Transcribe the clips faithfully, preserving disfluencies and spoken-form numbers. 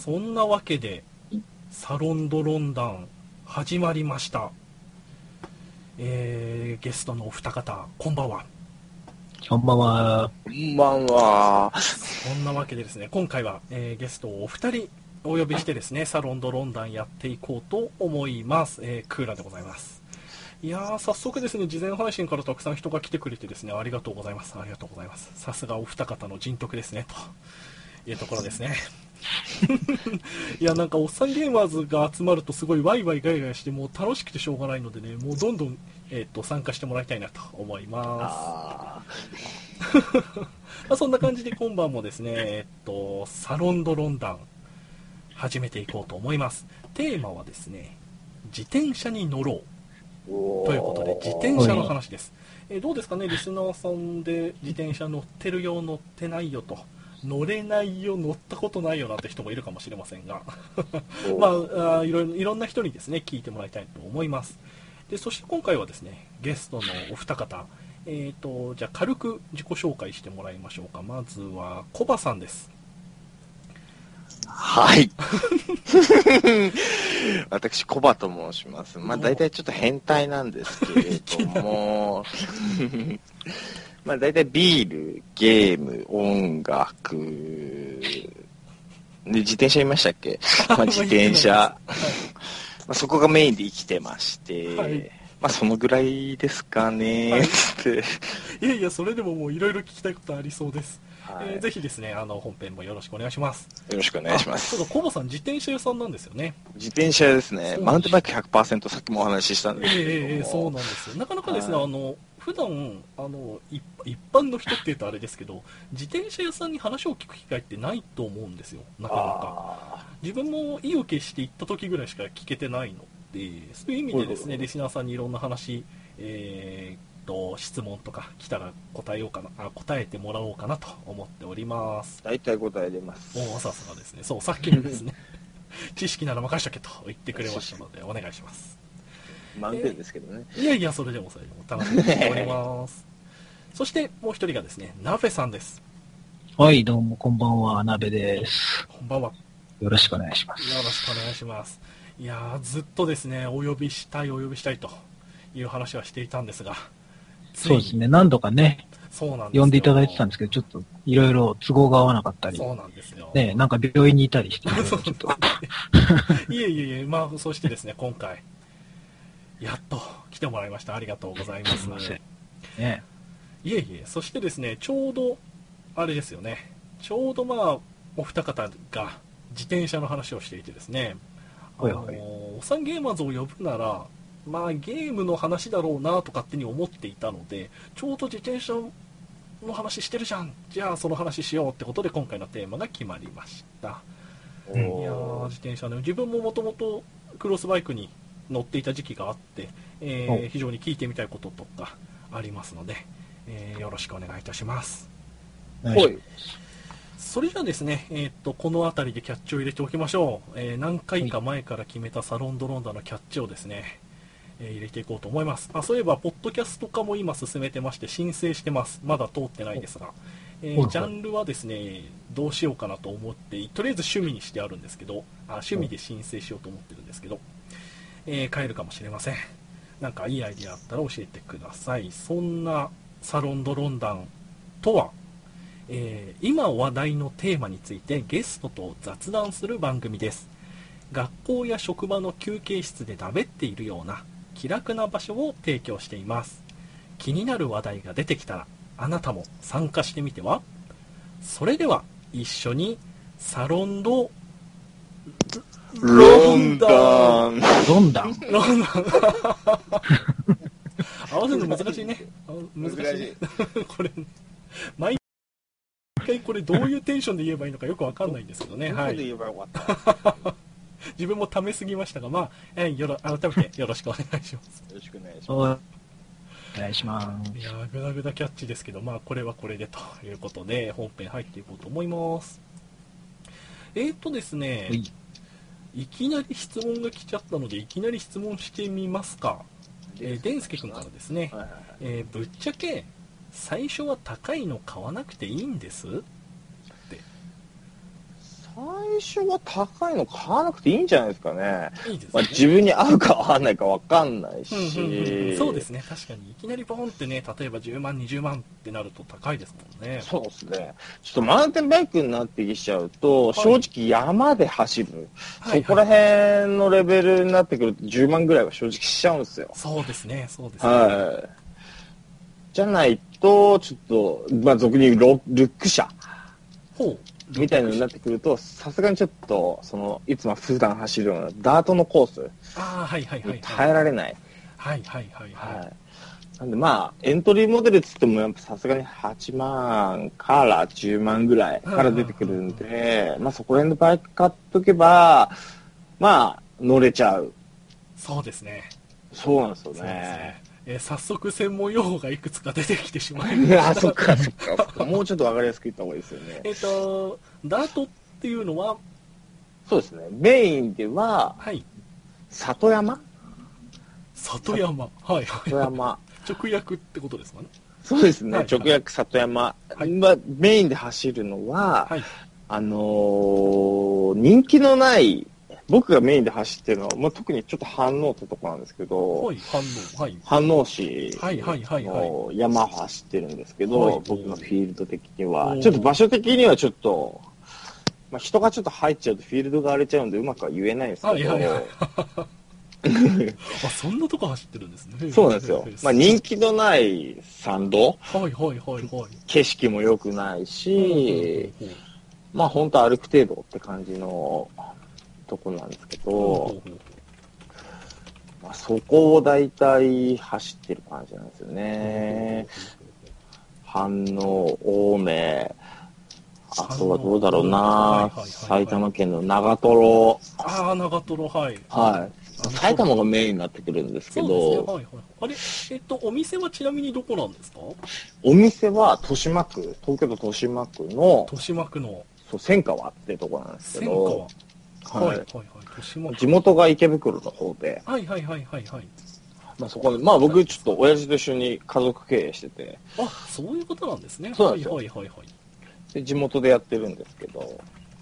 そんなわけでサロンドロンダン始まりました。えー、ゲストのお二方こんばんは。 こんばんは。 こんばんは。 そんなわけでですね、今回は、えー、ゲストをお二人お呼びしてですね、サロンドロンダンやっていこうと思います。えー、クーラーでございます。いやー、早速ですね、事前配信からたくさん人が来てくれてですね、ありがとうございます。ありがとうございます。さすがお二方の人徳ですね、というところですね。いや、なんかおっさんゲーマーズが集まるとすごいワイワイガイガイして、もう楽しくてしょうがないのでね、もうどんどん、えー、と参加してもらいたいなと思います。まあそんな感じで今晩もですね、えっと、サロンドロンダン始めていこうと思います。テーマはですね、自転車に乗ろうということで、自転車の話です。えー、どうですかね、リスナーさんで自転車乗ってるよ、乗ってないよと、乗れないよ、乗ったことないよなんて人もいるかもしれませんがまあ、あいろいろ、いろんな人にですね、聞いてもらいたいと思います。で、そして今回はですね、ゲストのお二方、えーと、じゃあ軽く自己紹介してもらいましょうか。まずは、コバさんです。 はい。私、コバと申します。まあ、大体ちょっと変態なんですけれども、まあ、大体ビール、ゲーム、音楽、で、自転車言いましたっけ？まあ、自転車、はい、まあ、そこがメインで生きてまして、はい、まあ、そのぐらいですかね、はい、って。 いやいや、それでももういろいろ聞きたいことありそうです。はい、えー、ぜひですね、あの本編もよろしくお願いします。 よろしくお願いします。 ちょっとコバさん、自転車屋さんなんですよね。 自転車屋ですね。マウンテンバイク ひゃくパーセント さっきもお話ししたんですけども、 えー、えー、そうなんですよ。なかなかですね、はい、あの普段あの一般の人っていうとあれですけど、自転車屋さんに話を聞く機会ってないと思うんですよ。なかなか自分も意を決して行った時ぐらいしか聞けてないので、そういう意味でですね、リスナーさんにいろんな話、えーと質問とか来たら答えようかなあ答えてもらおうかなと思っております。 大体答え出ます。 おお、さすがですね。そう、さっきもですね知識なら任しとけと言ってくれましたのでお願いします。 満点ですけどね、 えー、いやいや、それでもそれでも楽しみにしておりますそしてもう一人がですね、ナベさんです。 はい、どうもこんばんは、ナベです。 こんばんは。 よろしくお願いします。 よろしくお願いします。いやー、ずっとですね、お呼びしたいお呼びしたいという話はしていたんですが、 そうですね、何度かね、 そうなんですよ、 呼んでいただいてたんですけど、ちょっといろいろ都合が合わなかったり、 そうなんですよ。 ね、なんか病院にいたりして、ちょっといえいえいえ、まあ、そしてですね、今回、やっと来てもらいました。ありがとうございます。 すいません。ね、 いえいえ、そしてですね、ちょうど、あれですよね、ちょうどまあ、お二方が自転車の話をしていてですね、あの、おっさんゲーマーズを呼ぶなら、まあゲームの話だろうなと勝手に思っていたので、ちょうど自転車の話してるじゃん、じゃあその話しようってことで今回のテーマが決まりました。いやー、自転車ね、自分ももともとクロスバイクに乗っていた時期があって、えー、非常に聞いてみたいこととかありますので、えー、よろしくお願いいたします。 はい。 それじゃあですね、えー、っとこの辺りでキャッチを入れておきましょう。えー、何回か前から決めたサロンドロンダのキャッチをですね、えー、入れていこうと思います。あ、そういえばポッドキャスト化も今進めてまして申請してます。まだ通ってないですが、えー、ジャンルはですね、どうしようかなと思って、とりあえず趣味にしてあるんですけど、あ、趣味で申請しようと思ってるんですけど、えー、変えるかもしれません。なんかいいアイディアあったら教えてください。そんなサロンドロンダンとは、えー、今話題のテーマについてゲストと雑談する番組です。学校や職場の休憩室でだべっているような気楽な場所を提供しています。気になる話題が出てきたらあなたも参加してみては。それでは一緒にサロンドロンダンロンダンロンダン合わせるの難しいね。難しい。難しいこれ、ね、毎回これどういうテンションで言えばいいのかよくわかんないんですけどね。はい。自分もためすぎましたが、まあ、えー、よろ改めてよろしくお願いします。 よろしくお願いします。 お願いします。 いやー、グダグダキャッチですけど、まあこれはこれでということで本編入っていこうと思います。えーとですね、いきなり質問が来ちゃったのでいきなり質問してみますか。えー、デンスケ君からですね、はいはいはい、えー、ぶっちゃけ最初は高いの買わなくていいんですって。 最初は高いの買わなくていいんじゃないですかね。 いいですね。 まあ、自分に合うか合わないかわかんないし、 うんうんうんうん、そうですね、確かにいきなりボンってね、例えばじゅうまんにじゅうまんってなると高いですもんね。 そうですね。ちょっとマウンテンバイクになってきちゃうと、 はい、 正直山で走る、 はい、 そこら辺のレベルになってくるとじゅうまんぐらいは正直しちゃうんですよ。 そうですね、そうですね。 はい。じゃないと、ちょっと、まあ、俗に言うロルック車ほうみたいなのになってくると、さすがにちょっと、その、いつも普段走るようなダートのコースああ、はいはいはい、はい。 に耐えられない。 はいはいはいはい。 はい。なんでまあ、エントリーモデルっつっても、やっぱさすがにはちまんからじゅうまんぐらいから出てくるんで、まあそこら辺のバイク買っとけば、まあ、乗れちゃう。 そうですね。 そうなんですよそうですね。 ね。 えー早速専門用語がいくつか出てきてしまいました。 あ、そっかそっか。もうちょっとわかりやすく言った方がいいですよね。 えっと、ダートっていうのは、 そうですね。メインでは、 はい、 里山里山。はいはい。 里山。 直訳ってことですかね。 そうですね。 はい直訳里山。 はいまあ、メインで走るのは、 はい。 あのー人気のない、僕がメインで走ってるのは、まあ、特にちょっと反応ってとこなんですけど、 はい、反応。はい。 飯能市はいはいはいはいの山を走ってるんですけど、 はい僕のフィールド的にはお、ーちょっと場所的にはちょっと、まあ、人がちょっと入っちゃうとフィールドが荒れちゃうんでうまくは言えないんですけど、 はいはいはい。あ、そんなとこ走ってるんですね。 そうなんですよ。まあ、人気のない山道、 はいはいはいはい。 景色も良くないし、まあ本当歩く程度って感じのとこなんですけど、まあ、そこを大体走ってる感じなんですよね。飯能、青梅、あとはどうだろうな、埼玉県の長瀞。 ああ、長瀞、はい。 はい。埼玉がメインになってくるんですけど、 そうですね、はいはい。あれ、えっと、お店はちなみにどこなんですか？ お店は豊島区、東京都豊島区の、 豊島区のそう、千川ってとこなんですけ千ど、 川。はいははいはい。豊島い、 区。 地元が池袋の方で、 はいはいはいはいはい。 まあそこで、まあ僕ちょっと親父と一緒に家族経営してて、 あ、そういうことなんですね。 そうなんですよはいはいはいはい。 で地元でやってるんですけど、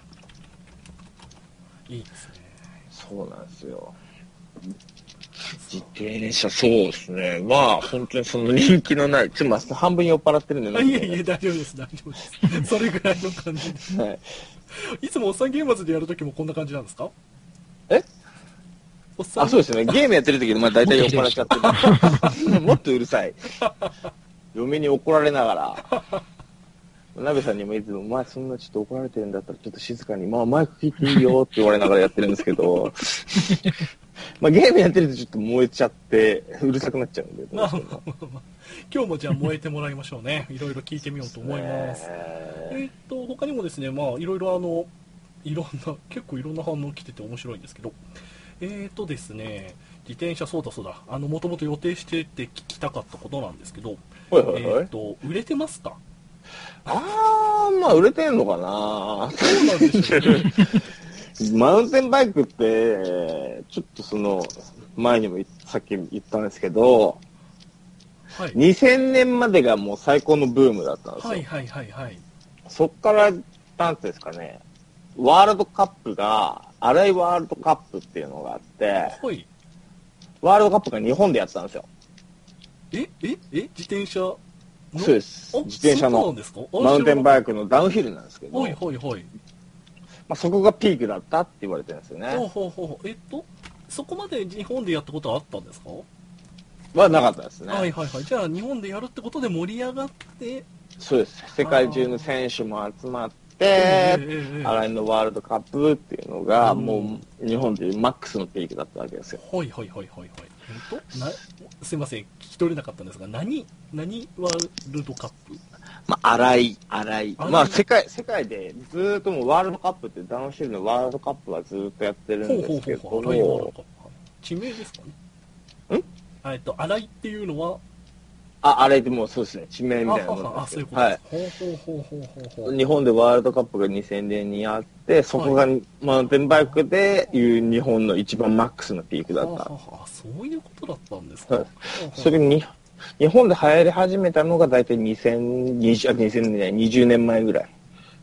いいですね。 そうなんですよ。自転車、そうですね。まあ、本当にその人気のない、ちょっと半分酔っ払ってるんであ、 ね。 いえいえ、大丈夫です、大丈夫です。それぐらいの感じで。 はい。 いつもおっさんゲーマーズでやるときもこんな感じなんですか？ えおっさんあ、そうですね。ゲームやってる時に、まあ大体酔っ払っちゃってる。もっとうるさい。嫁に怒られながら。なべさんにもいつも、お前そんなちょっと怒られてるんだったらちょっと静かに、まあマイク聞いていいよって言われながらやってるんですけど、まあゲームやってるとちょっと燃えちゃって、うるさくなっちゃうんで。 まあまあまあまあ今日もじゃあ燃えてもらいましょうね。いろいろ聞いてみようと思います。えーっと、他にもですね、まあいろいろあの、いろんな、結構いろんな反応来てて面白いんですけど、えーっとですね、自転車、そうだそうだ、あの、もともと予定してて聞きたかったことなんですけど、 はいはいはいえーっと、売れてますか？ あー、まあ売れてんのかな。 そうなんですよね。 マウンテンバイクって、ちょっとその、前にも言っさっき言ったんですけど、 はい。 にせんねんまでがもう最高のブームだったんですよ。 はいはいはいはい。 そっから、なんていうんですかね、ワールドカップが、荒いワールドカップっていうのがあって、 はい。 ワールドカップが日本でやったんですよ。 えええ自転車のそうです。 あ自転車のそうなんですか？ マウンテンバイク。 クのダウンヒルなんですけど、 はいはいはい。 まあ、そこがピークだったって言われてるんですよほうね。 ほうほう。えっと、そこまで日本でやったことはあったんですか？ はなかったですね。 はいはいはい。じゃあ日本でやるってことで盛り上がって、 そうです。世界中の選手も集まって、 ええええ新井のワールドカップっていうのが、 うんもう日本でいうマックスのピークだったわけですよ。 はいはいはいはいはい。えっと、な、すいません、聞き取れなかったんですが、何、何ワールドカップ？ まあ、荒い、荒い。 荒いまあ、世界、世界でずーっともうワールドカップってダウンヒルのワールドカップはずーっとやってるんほうほですけどうほうほう。荒いワールドカップ。はい地名ですかね？ んあえっと、荒いっていうのは、 あ、荒いってもうそうですね、地名みあたいなもははあ、 んですよ。 そういうことです。ほうほうほうほうほうほう。 日本でワールドカップがにせんねんにあって、そこがマウンテンバイクでいう日本の一番マックスのピークだった。 はあはあはあ、そういうことだったんですか。 はいそれに、日本で流行り始めたのが大体にせんにじゅう、あにせんねん、にじゅうねんまえぐらい。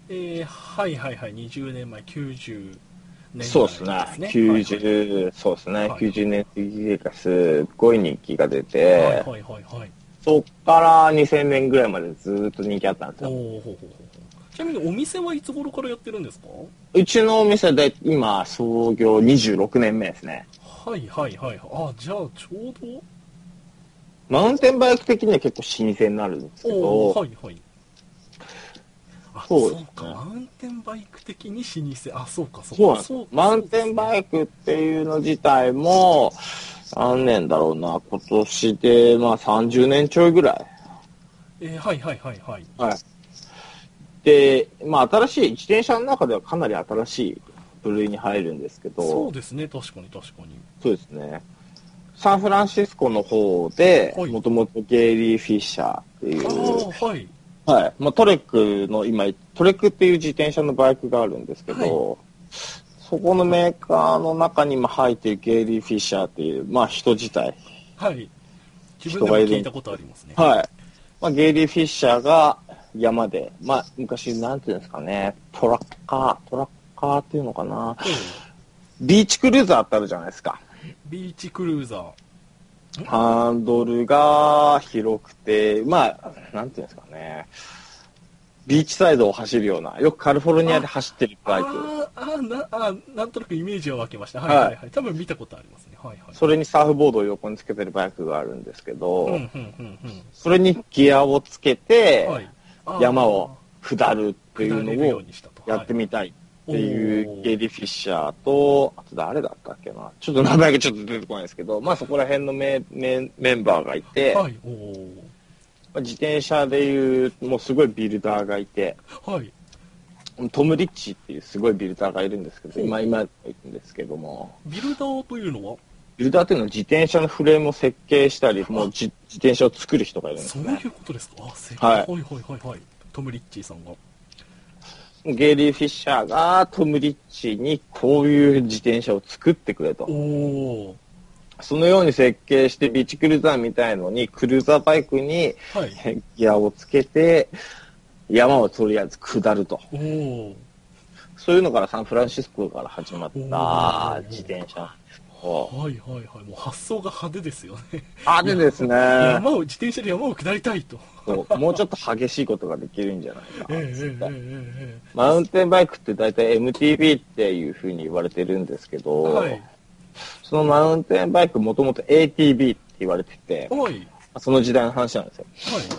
えー、はいはいはい、にじゅうねんまえ、きゅうじゅうねんそうですね。きゅうじゅう、 はいはい、 そうですね。 はいはい、 きゅうじゅうねん過ぎがすっごい人気が出て、 はいはいはいはい。 そっからにせんねんぐらいまでずっと人気あったんですよ。 おー、ほうほうほうほう。ちなみにお店はいつ頃からやってるんですか？ うちのお店で今創業にじゅうろくねんめですね。 はいはいはい。あ、じゃあちょうど。 マウンテンバイク的には結構老舗になるんですけど、 おー、はいはい。あ、 そうですね。 そうか、マウンテンバイク的に老舗。あ、そうかそうか。 そうなんですよ。マウンテンバイクっていうの自体も、何年だろうな、今年でまあさんじゅうねんちょいぐらい。 えー、はいはいはいはい。 はい。で、まあ新しい、自転車の中ではかなり新しい部類に入るんですけど、 そうですね、確かに確かに。 そうですね。サンフランシスコの方で、もともとゲイリー・フィッシャーっていう、 ああ、はい。 はい。まあ、トレックの今、トレックっていう自転車のバイクがあるんですけど、はい、そこのメーカーの中にも入っているゲイリー・フィッシャーっていう、まあ人自体。 はい。自分でも聞いたことありますね。 はい。まあ、ゲイリー・フィッシャーが山で、まあ昔なんていうんですかね、トラッカー、トラッカーっていうのかな、うん、ビーチクルーザーってあるじゃないですか。 ビーチクルーザー。 ハンドルが広くて、まあ、なんていうんですかね、ビーチサイドを走るような、よくカリフォルニアで走ってるバイク。 ああなあ、なんとなくイメージは湧きました。はいはいはい。はい、多分見たことありますね。はいはい。 それにサーフボードを横につけてるバイクがあるんですけど、 うんうんうんうん、 それにギアをつけて、はい、山を下るっていうのをやってみたいっていうゲイリー・フィッシャーと、あと誰だったっけな、ちょっと名前がちょっと出てこないですけど、まあそこら辺のメメメンバーがいて、はい、お自転車でいうもうすごいビルダーがいて、はい、トム・リッチっていうすごいビルダーがいるんですけど、今今いるんですけども、 ビルダーというのはビルダーというのは自転車のフレームを設計したり、もう自転車を作る人がいるんですね。 そういうことですか。あ、設計、はい、はいはいはいはい。トム・リッチーさんが。 ゲイリー・フィッシャーがトム・リッチにこういう自転車を作ってくれと。 おそのように設計してビーチクルーザーみたいのにクルーザーバイクにギアをつけて山をとりあえず下ると。おそういうのからサンフランシスコから始まった自転車。 はいはいはい。もう発想が派手ですよね。 派手ですね。 山を、自転車で山を下りたいと。 そうもうちょっと激しいことができるんじゃないかな。えーえーえー、マウンテンバイクって大体 エムティービー っていうふうに言われてるんですけど、はい、そのマウンテンバイクもともと エーティービー って言われてて、はい、その時代の話なんですよ。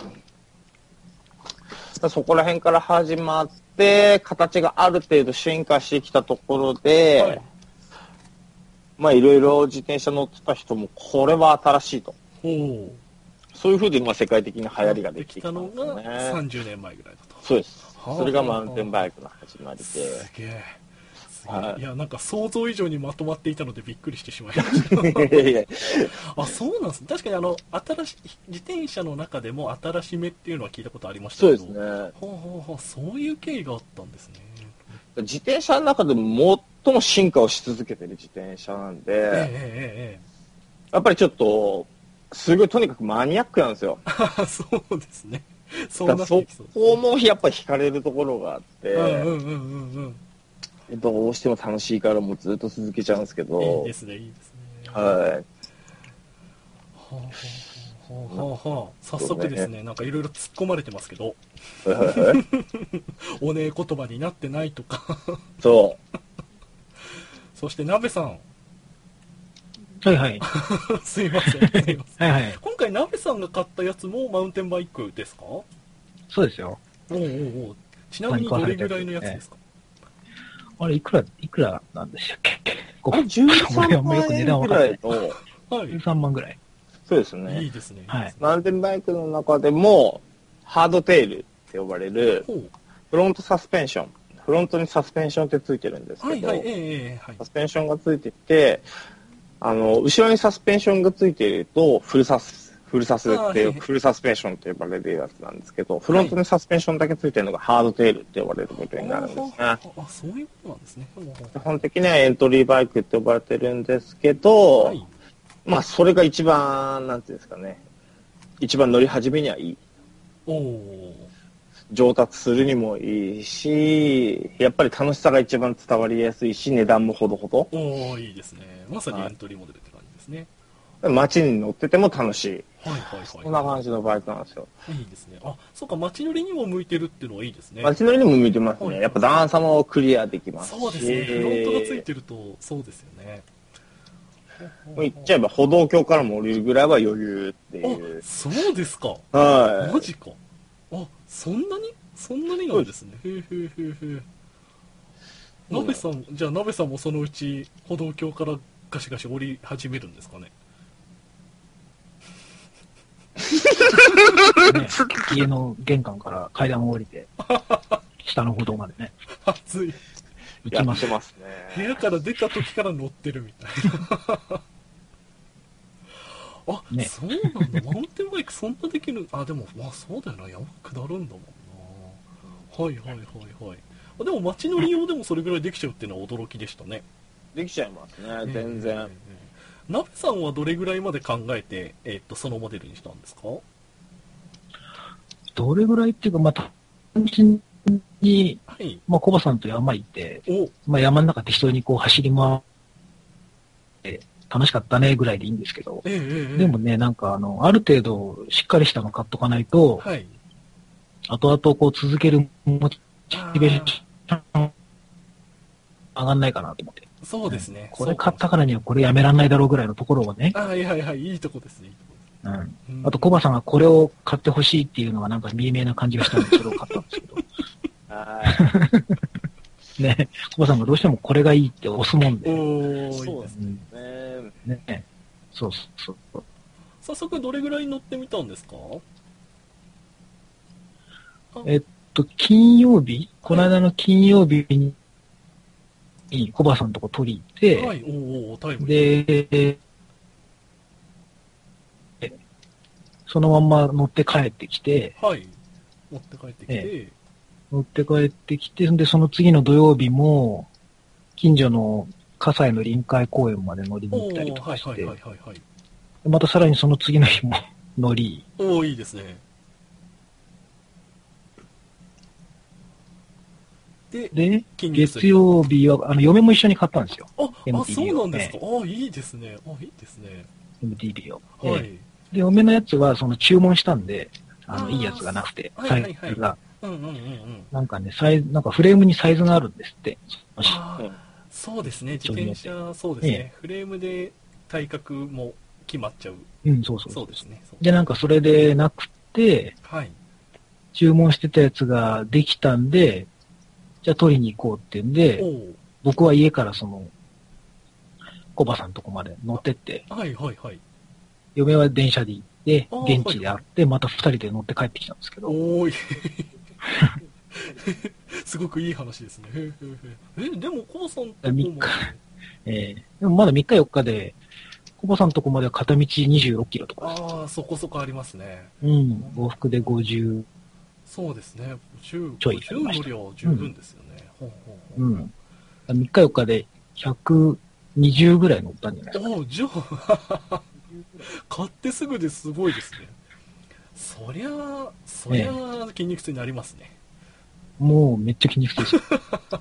はい、そこら辺から始まって、形がある程度進化してきたところで、はい、まあいろいろ自転車乗ってた人もこれは新しいと。そういうふうにまあ世界的に流行りができてきたんですよね。 のがさんじゅうねんまえぐらいだと。 そうです。それがマウンテンバイクの始まりで。 すげえ。はい、いやなんか想像以上にまとまっていたのでびっくりしてしまいましたあ、そうなんですね。確かにあの新しい自転車の中でも新しめっていうのは聞いたことありましたけど、 そうですね。 ほうほうほう、そういう経緯があったんですね。 自転車の中でも最も進化をし続けてる自転車なんで、ええええ、やっぱりちょっとすごいとにかくマニアックなんですよ。 そうですね。そうなってきそう。そこもやっぱり惹かれるところがあって、うんうんうんうん。どうしても楽しいからもうずっと続けちゃうんですけど。 いいですね、いいですね。はい。はあ、はあはあはあ、早速ですね、なんかいろいろ突っ込まれてますけど。おねえ言葉になってないとか。 そう。 そして、なべさん。 はいはい。 すいません。すいません。 はいはい。 今回、なべさんが買ったやつもマウンテンバイクですか？ そうですよ。 おうおうおう。ちなみにどれぐらいのやつですか？ あれ、いくら、いくらなんでしたっけ？ あれ、じゅうさんまんえんぐらいの、 じゅうさんまんぐらい。 そうですね。 いいですね。 はい。 マウンテンバイクの中でも、ハードテールって呼ばれる、フロントサスペンション。フロントにサスペンションってついてるんですけど、はいはいえーはい、サスペンションがついてて、あの、後ろにサスペンションがついていると、フルサス、フルサスって、フルサスペンションと呼ばれるやつなんですけど、フロントにサスペンションだけついてるのがハードテールって呼ばれることになるんですね。あ、 そういうことなんですね。 基本的にはエントリーバイクって呼ばれてるんですけど、はい、まあ、それが一番、なんていうんですかね、一番乗り始めにはいい。 お上達するにもいいし、やっぱり楽しさが一番伝わりやすいし、値段もほどほど。 おー、いいですね。まさにエントリーモデルって感じですね。 街に乗ってても楽しい。 はいはいはい。 そんな感じのバイクなんですよ。 いいですね。あ、そうか、街乗りにも向いてるっていうのはいいですね。 街乗りにも向いてますはいね。やっぱ段差もクリアできますし。 そうですね。フロントがついてると、そうですよね。 もう言っちゃえば歩道橋からも降りるぐらいは余裕っていう。 あ、そうですか。 はい。 マジか。あ、そんなにそんなになんですね。へーへーへーへー。なべさん、じゃあなべさんもそのうち歩道橋からガシガシ降り始めるんですかね。 ね、家の玄関から階段を降りて、下の歩道までね、 暑い。 行きます。 ますね。 部屋から出た時から乗ってるみたいな。あ、 ねそうなんだ。マウンテンバイクそんなできる。あ、でも、まあそうだよな。山下るんだもんな。はいはいはいはい。あでも街乗り用でもそれぐらいできちゃうっていうのは驚きでしたね。 できちゃいますね、全然。 えーえーえーナベさんはどれぐらいまで考えて、えーっと、そのモデルにしたんですか？ どれぐらいっていうか、まあ、単純に、 はい。 まあ、コバさんと山行って、 お、 まあ、山の中適当にこう走り回って、楽しかったねぐらいでいいんですけど、 えーえーえーでもね、なんかあの、ある程度しっかりしたの買っとかないと、 はい。 後々こう続けるモチベーション上がんないかなと思って。 そうですね。 これ買ったからにはこれやめらんないだろうぐらいのところをね。 あはいはいはい。いいとこですね。いいとこうん。 ですね。 あと、コバさんがこれを買ってほしいっていうのがなんか見え見えな感じがしたんで、それを買ったんですけど。 はい。 ね、コバさんがどうしてもこれがいいって押すもんで。 おー、 そうですいいですね。 ね。 ね。そうそうそう。 早速どれぐらい乗ってみたんですか？ えっと、金曜日、この間の金曜日に、コバさんのとこ取り行って、 はい、おーおー、タイムリー。 で、そのまんま乗って帰ってきて、 はい。持って帰ってきて、 え乗って帰ってきて、で、その次の土曜日も、近所の葛西の臨海公園まで乗りに行おったりー、 とかして、 はいはいはいはいはい。 またさらにその次の日も乗り、 おー、いいですね。で、 で、 筋肉月曜日は、あの、嫁も一緒に買ったんですよ。 あ、あ、 エムティービー をそうなんですか。あ、いいですね。あ、いいですね。 エムティービー を。 はい。 ええで、嫁のやつは、その注文したんで、あの、 あーいいやつがなくて、サはいはいはいイズが、 うんうんうんうん。 なんかね、サイズ、なんかフレームにサイズがあるんですって。 ああ、そうですね。自転車、そうですね。 えフレームで体格も決まっちゃう。 うん、そうそうそうですね。そうで、なんかそれでなくて、 はい。 注文してたやつができたんで、じゃあ取りに行こうってんでお、お。 僕は家からその、コバさんのとこまで乗ってって、 はいはいはい。 嫁は電車で行ってあ、ー現地で会って、また二人で乗って帰ってきたんですけど、 おーい。すごくいい話ですね。へーへーへーえ、でも、コバさんとこも。 えーでもまだみっかよっかで、コバさんのとこまでは片道にじゅうろっキロとかです。 ああ、そこそこありますね。 うん、往復でごじゅそうですね。じゅう、 ちょいごじゅうの量十分ですよね。ほうほうう、 ほう。 うん。みっかよっかでひゃくにじゅうぐらい乗ったんじゃないですか。 おお、じゃあ、買ってすぐですごいですね。そりゃあ、そりゃあ、筋肉痛になりますね。 もうめっちゃ筋肉痛ですよ。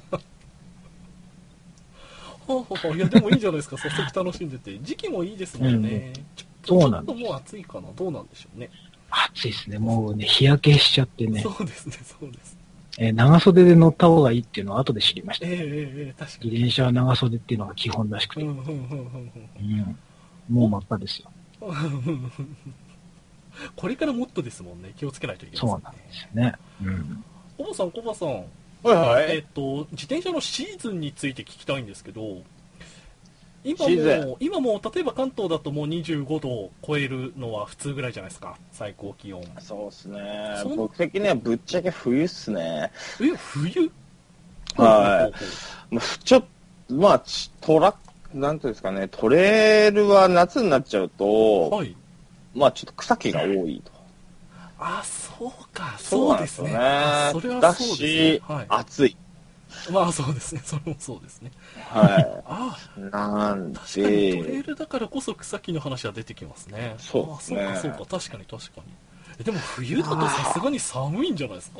ほうほうほう。いや、でもいいじゃないですか。早速楽しんでて。時期もいいですもんね。ちょっとそうなんですちょっともう暑いかな。どうなんでしょうね。 暑いですね。もうね、日焼けしちゃってね、 そうですね、そうです。 えー長袖で乗った方がいいっていうのは後で知りました。 ええええええ、確か自に。 転車は長袖っていうのが基本らしくて。 うん、うん、うん、うん、 うん。もう真っ赤ですよ。 うん。これからもっとですもんね。気をつけないといけそうませんね。 なんですよね。うん。 コバさん、コバさん。 はいはい。 えっと、自転車のシーズンについて聞きたいんですけど、今シーズも、今も、例えば関東だともうにじゅうごどを超えるのは普通ぐらいじゃないですか、最高気温。 そうっすねそ。の僕的にはぶっちゃけ冬っすね。 え、冬はいほうほうほうほまあちょっと、まあ、ちトラック、なんていうんですかね、トレールは夏になっちゃううと、 はい。 まあちょっと草木が多いと。 あ、そうか、そうですね。 そうあなんですよね。だそれはそうですしね。、はい。 暑い。 まあそうですね、それもそうですね。 はあい。なん確かにトレーで、 ルだからこそ草木の話は出てきますね。 そうですねあそうか、そうか、確かに確かに。えでも冬だとさすがに寒いんじゃないですか？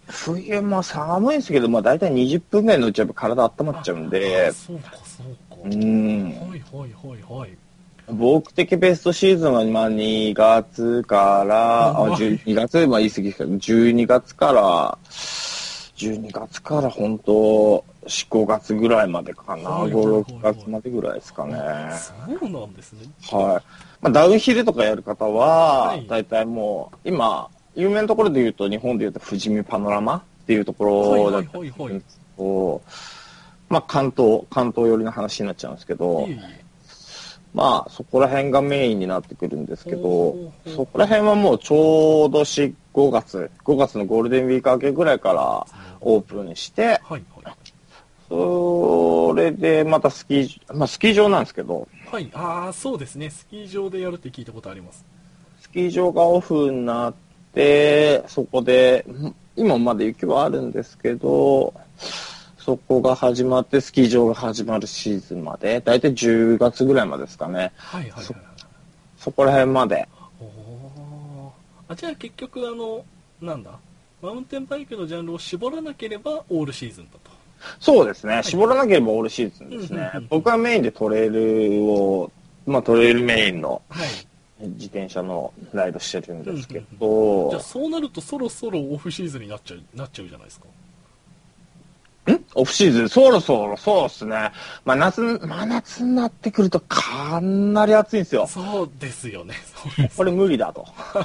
冬も寒いんですけど、まあ大体にじゅっぷんぐらいのうちは体温まっちゃうんで、 そうかそうか。 うん。 はいはいはいはい。 僕的ベストシーズンはまあにがつから、あ、じゅうにがつ、まあ言い過ぎですけど、じゅうにがつから、じゅうにがつから本当、よん、ごがつぐらいまでかな。ご、ろくがつまでぐらいですかね。 そうなんですね。 はい。まあダウンヒルとかやる方は、大体もう、今、有名なところで言うと、日本で言うと富士見パノラマっていうところだったんですけど、まあ関東、関東寄りの話になっちゃうんですけど、いいまあそこら辺がメインになってくるんですけど、そこら辺はもうちょうどよん、ごがつ、ごがつのゴールデンウィーク明けぐらいからオープンして、はいはい、それでまたスキー、まあスキー場なんですけど、 はい、ああそうですね、スキー場でやるって聞いたことあります。 スキー場がオフになって、そこで、今まで雪はあるんですけど、そこが始まって、スキー場が始まるシーズンまで、だいたいじゅうがつぐらいまでですかね。はいはいはい、そ, そこら辺まで。 おあじゃあ結局あの、なんだ、マウンテンバイクのジャンルを絞らなければオールシーズンだと。 そうですね、はい、絞らなければオールシーズンですね。僕はメインでトレイルを、まあトレイルメインの、はい自転車のライドしてるんですけど、うんうんうん、 じゃあそうなるとそろそろオフシーズンになっちゃうなっちゃうじゃないですか。んオフシーズンそろそろそうっすね。まあ夏真夏になってくるとかなり暑いんですよ。 そうですよね。そうですこれ無理だと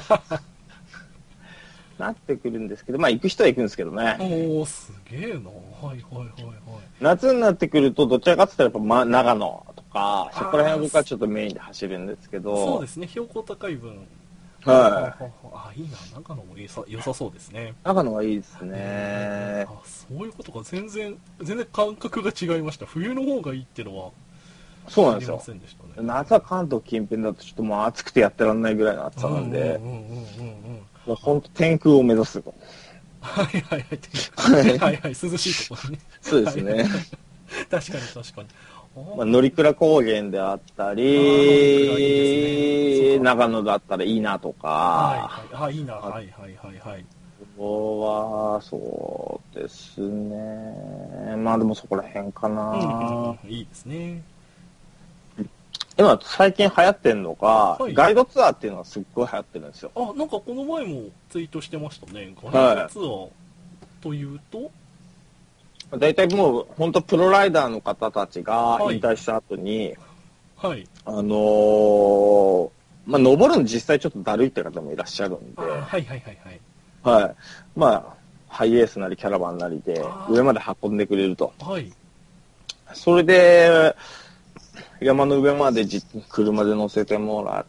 なってくるんですけど、まあ行く人は行くんですけどね。 おおすげえな。はいはいはいはい。 夏になってくるとどちらかって言ったらやっぱ、ま、長野。かそこら辺は僕はちょっとメインで走るんですけどそうですね標高高い分はいあいいな長野も良さ良さそうですね長野はいいですねあそういうことか全然全然感覚が違いました冬の方がいいっていうのはそうなんですよ、ね、夏は関東近辺だとちょっともう暑くてやってらんないぐらいの暑さなんで本当天空を目指すとはいはいはいはいはいはい涼しいところにねそうですね確かに確かにまあ、乗鞍高原であったり、ね、長野だったらいいなとか、 はいはい、あいいな、はいはいはいはい。 ここは、そうですね。まあでもそこら辺かな。うんうんうん、いいですね。 今最近流行ってるのが、はい、ガイドツアーっていうのがすっごい流行ってるんですよ。 あ、なんかこの前もツイートしてましたね。ガイドツアーというと、はい大体もう本当プロライダーの方たちが引退した後に、はい、あのー、まあ登るの実際ちょっとだるいって方もいらっしゃるんで、はいはいはいはい。はい。まあハイエースなりキャラバンなりで上まで運んでくれると。はい。それで山の上までじ車で乗せてもらって、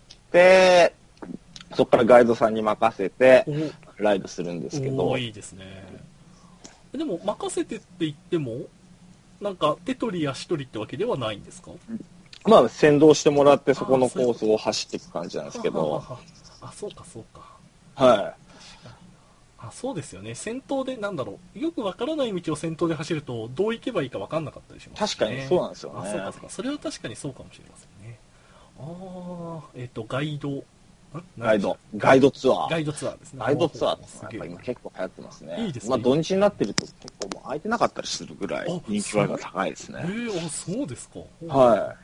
そこからガイドさんに任せてライドするんですけど。 おいいですね。でも任せてって言ってもなんか手取り足取りってわけではないんですか？ まあ先導してもらってそこのコースを走っていく感じなんですけどあそうかそうかはいあそうですよね先頭でなんだろうよくわからない道を先頭で走るとどう行けばいいかわかんなかったりしますね。確かにそうなんですよね。 あそうかそうかそれは確かにそうかもしれませんね。ああえっ、ー、とガイドガイド、ガイドツアー。 ガイドツアーですね。 ガイドツアーってやっぱ今結構流行ってますね。いいですね。まあ土日になってると結構もう空いてなかったりするぐらい人気が高いですね。 えー、あ、そうですか。 はい。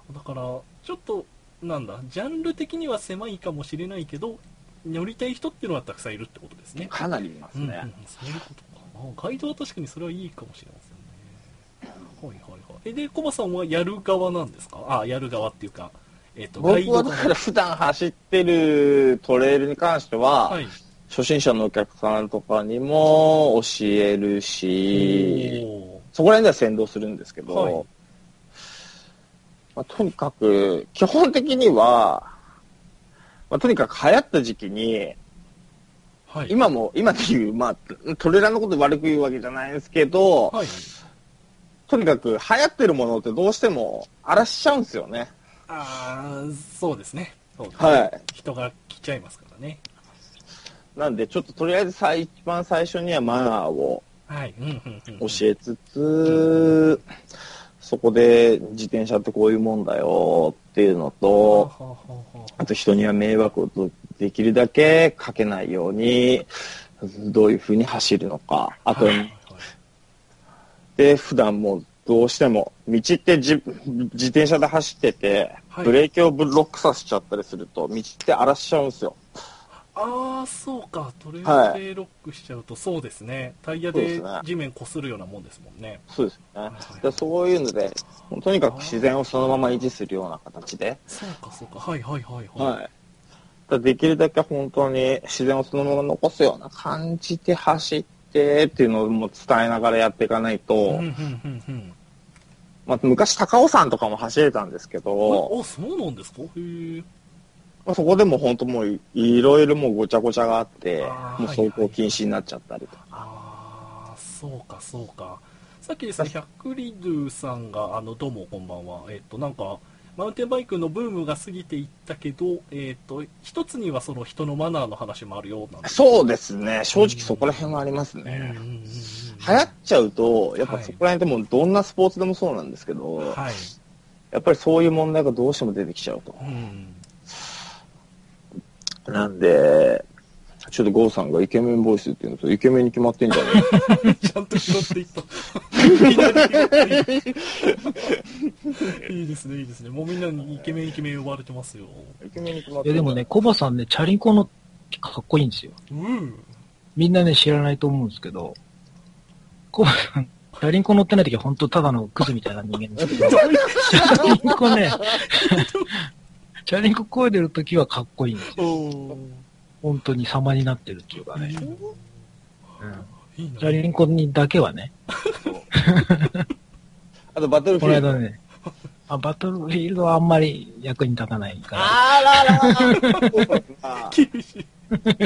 だから、ちょっと、なんだ、ジャンル的には狭いかもしれないけど、乗りたい人っていうのはたくさんいるってことですね。 かなりいますね。うんうん、 そういうことか。ガイドは確かにそれはいいかもしれませんね。はいはいはい。え、で、コバさんはやる側なんですか？あ、やる側っていうか。えー、と僕はだから普段走ってるトレイルに関しては、はい、初心者のお客さんとかにも教えるしそこら辺では先導するんですけど、はいまあ、とにかく基本的には、まあ、とにかく流行った時期に、はい、今も今でいう、まあ、トレーラーのこと悪く言うわけじゃないんですけど、はい、とにかく流行ってるものってどうしても荒らしちゃうんですよね。 ああ、そうですね。そうですね。はい。人が来ちゃいますからね。 なんで、ちょっととりあえず最一番最初にはマナーを教えつつ、うん、そこで自転車ってこういうもんだよっていうのと、あと人には迷惑をできるだけかけないように、 どういう風に走るのか。あと、 はいはいはい、 で、普段もうどうしても、道ってじ自転車で走ってて、 はい、 ブレーキをブロックさせちゃったりすると、道って荒らしちゃうんですよ。 ああ、そうか、トレールでロックしちゃうと、そうですね、タイヤで地面こするようなもんですもんね。 そうですね。 はいはい、 でそういうので、とにかく自然をそのまま維持するような形で。 そうか、そうか、はいはいはいはい。はい、だできるだけ本当に自然をそのまま残すような感じで走ってっていうのをもう伝えながらやっていかないと、 うんうんうんうん、 まあ、昔高尾山とかも走れたんですけど、 あ、そうなんですか。へえ。 まあ、そこでも本当もういろいろもうごちゃごちゃがあって、 あもう走行禁止になっちゃったりとか。 ああ、そうかそうか。さっきですね、ひゃくリドゥさんが、あの、どうもこんばんは。えっと、なんか、マウンテンバイクのブームが過ぎていったけど、えっと、一つにはその人のマナーの話もあるようなんです。 そうですね。正直そこら辺はありますね。流行っちゃうと、やっぱそこら辺でもどんなスポーツでもそうなんですけど、はい、やっぱりそういう問題がどうしても出てきちゃうと。うんなんで、ちょっとゴーさんがイケメンボイスっていうのとイケメンに決まってんじゃないちゃんと拾っていった。いきなり拾っていった。いいですね、いいですね。もうみんなにイケメンイケメン呼ばれてますよ。 イケメンに決まってんじゃない。 いやでもね、コバさんね、チャリンコのかっこいいんですよ。うん。みんなね、知らないと思うんですけど、コバさん、チャリンコ乗ってないときは本当ただのクズみたいな人間ですけど、チャリンコね、チャリンコ漕いでるときはかっこいいんですよ。本当に様になってるっていうかね。うん、チャリンコにだけはね。 あとバトルフィールド。 この間ね、あ、バトルフィールドはあんまり役に立たないから。 あらら厳しい。チ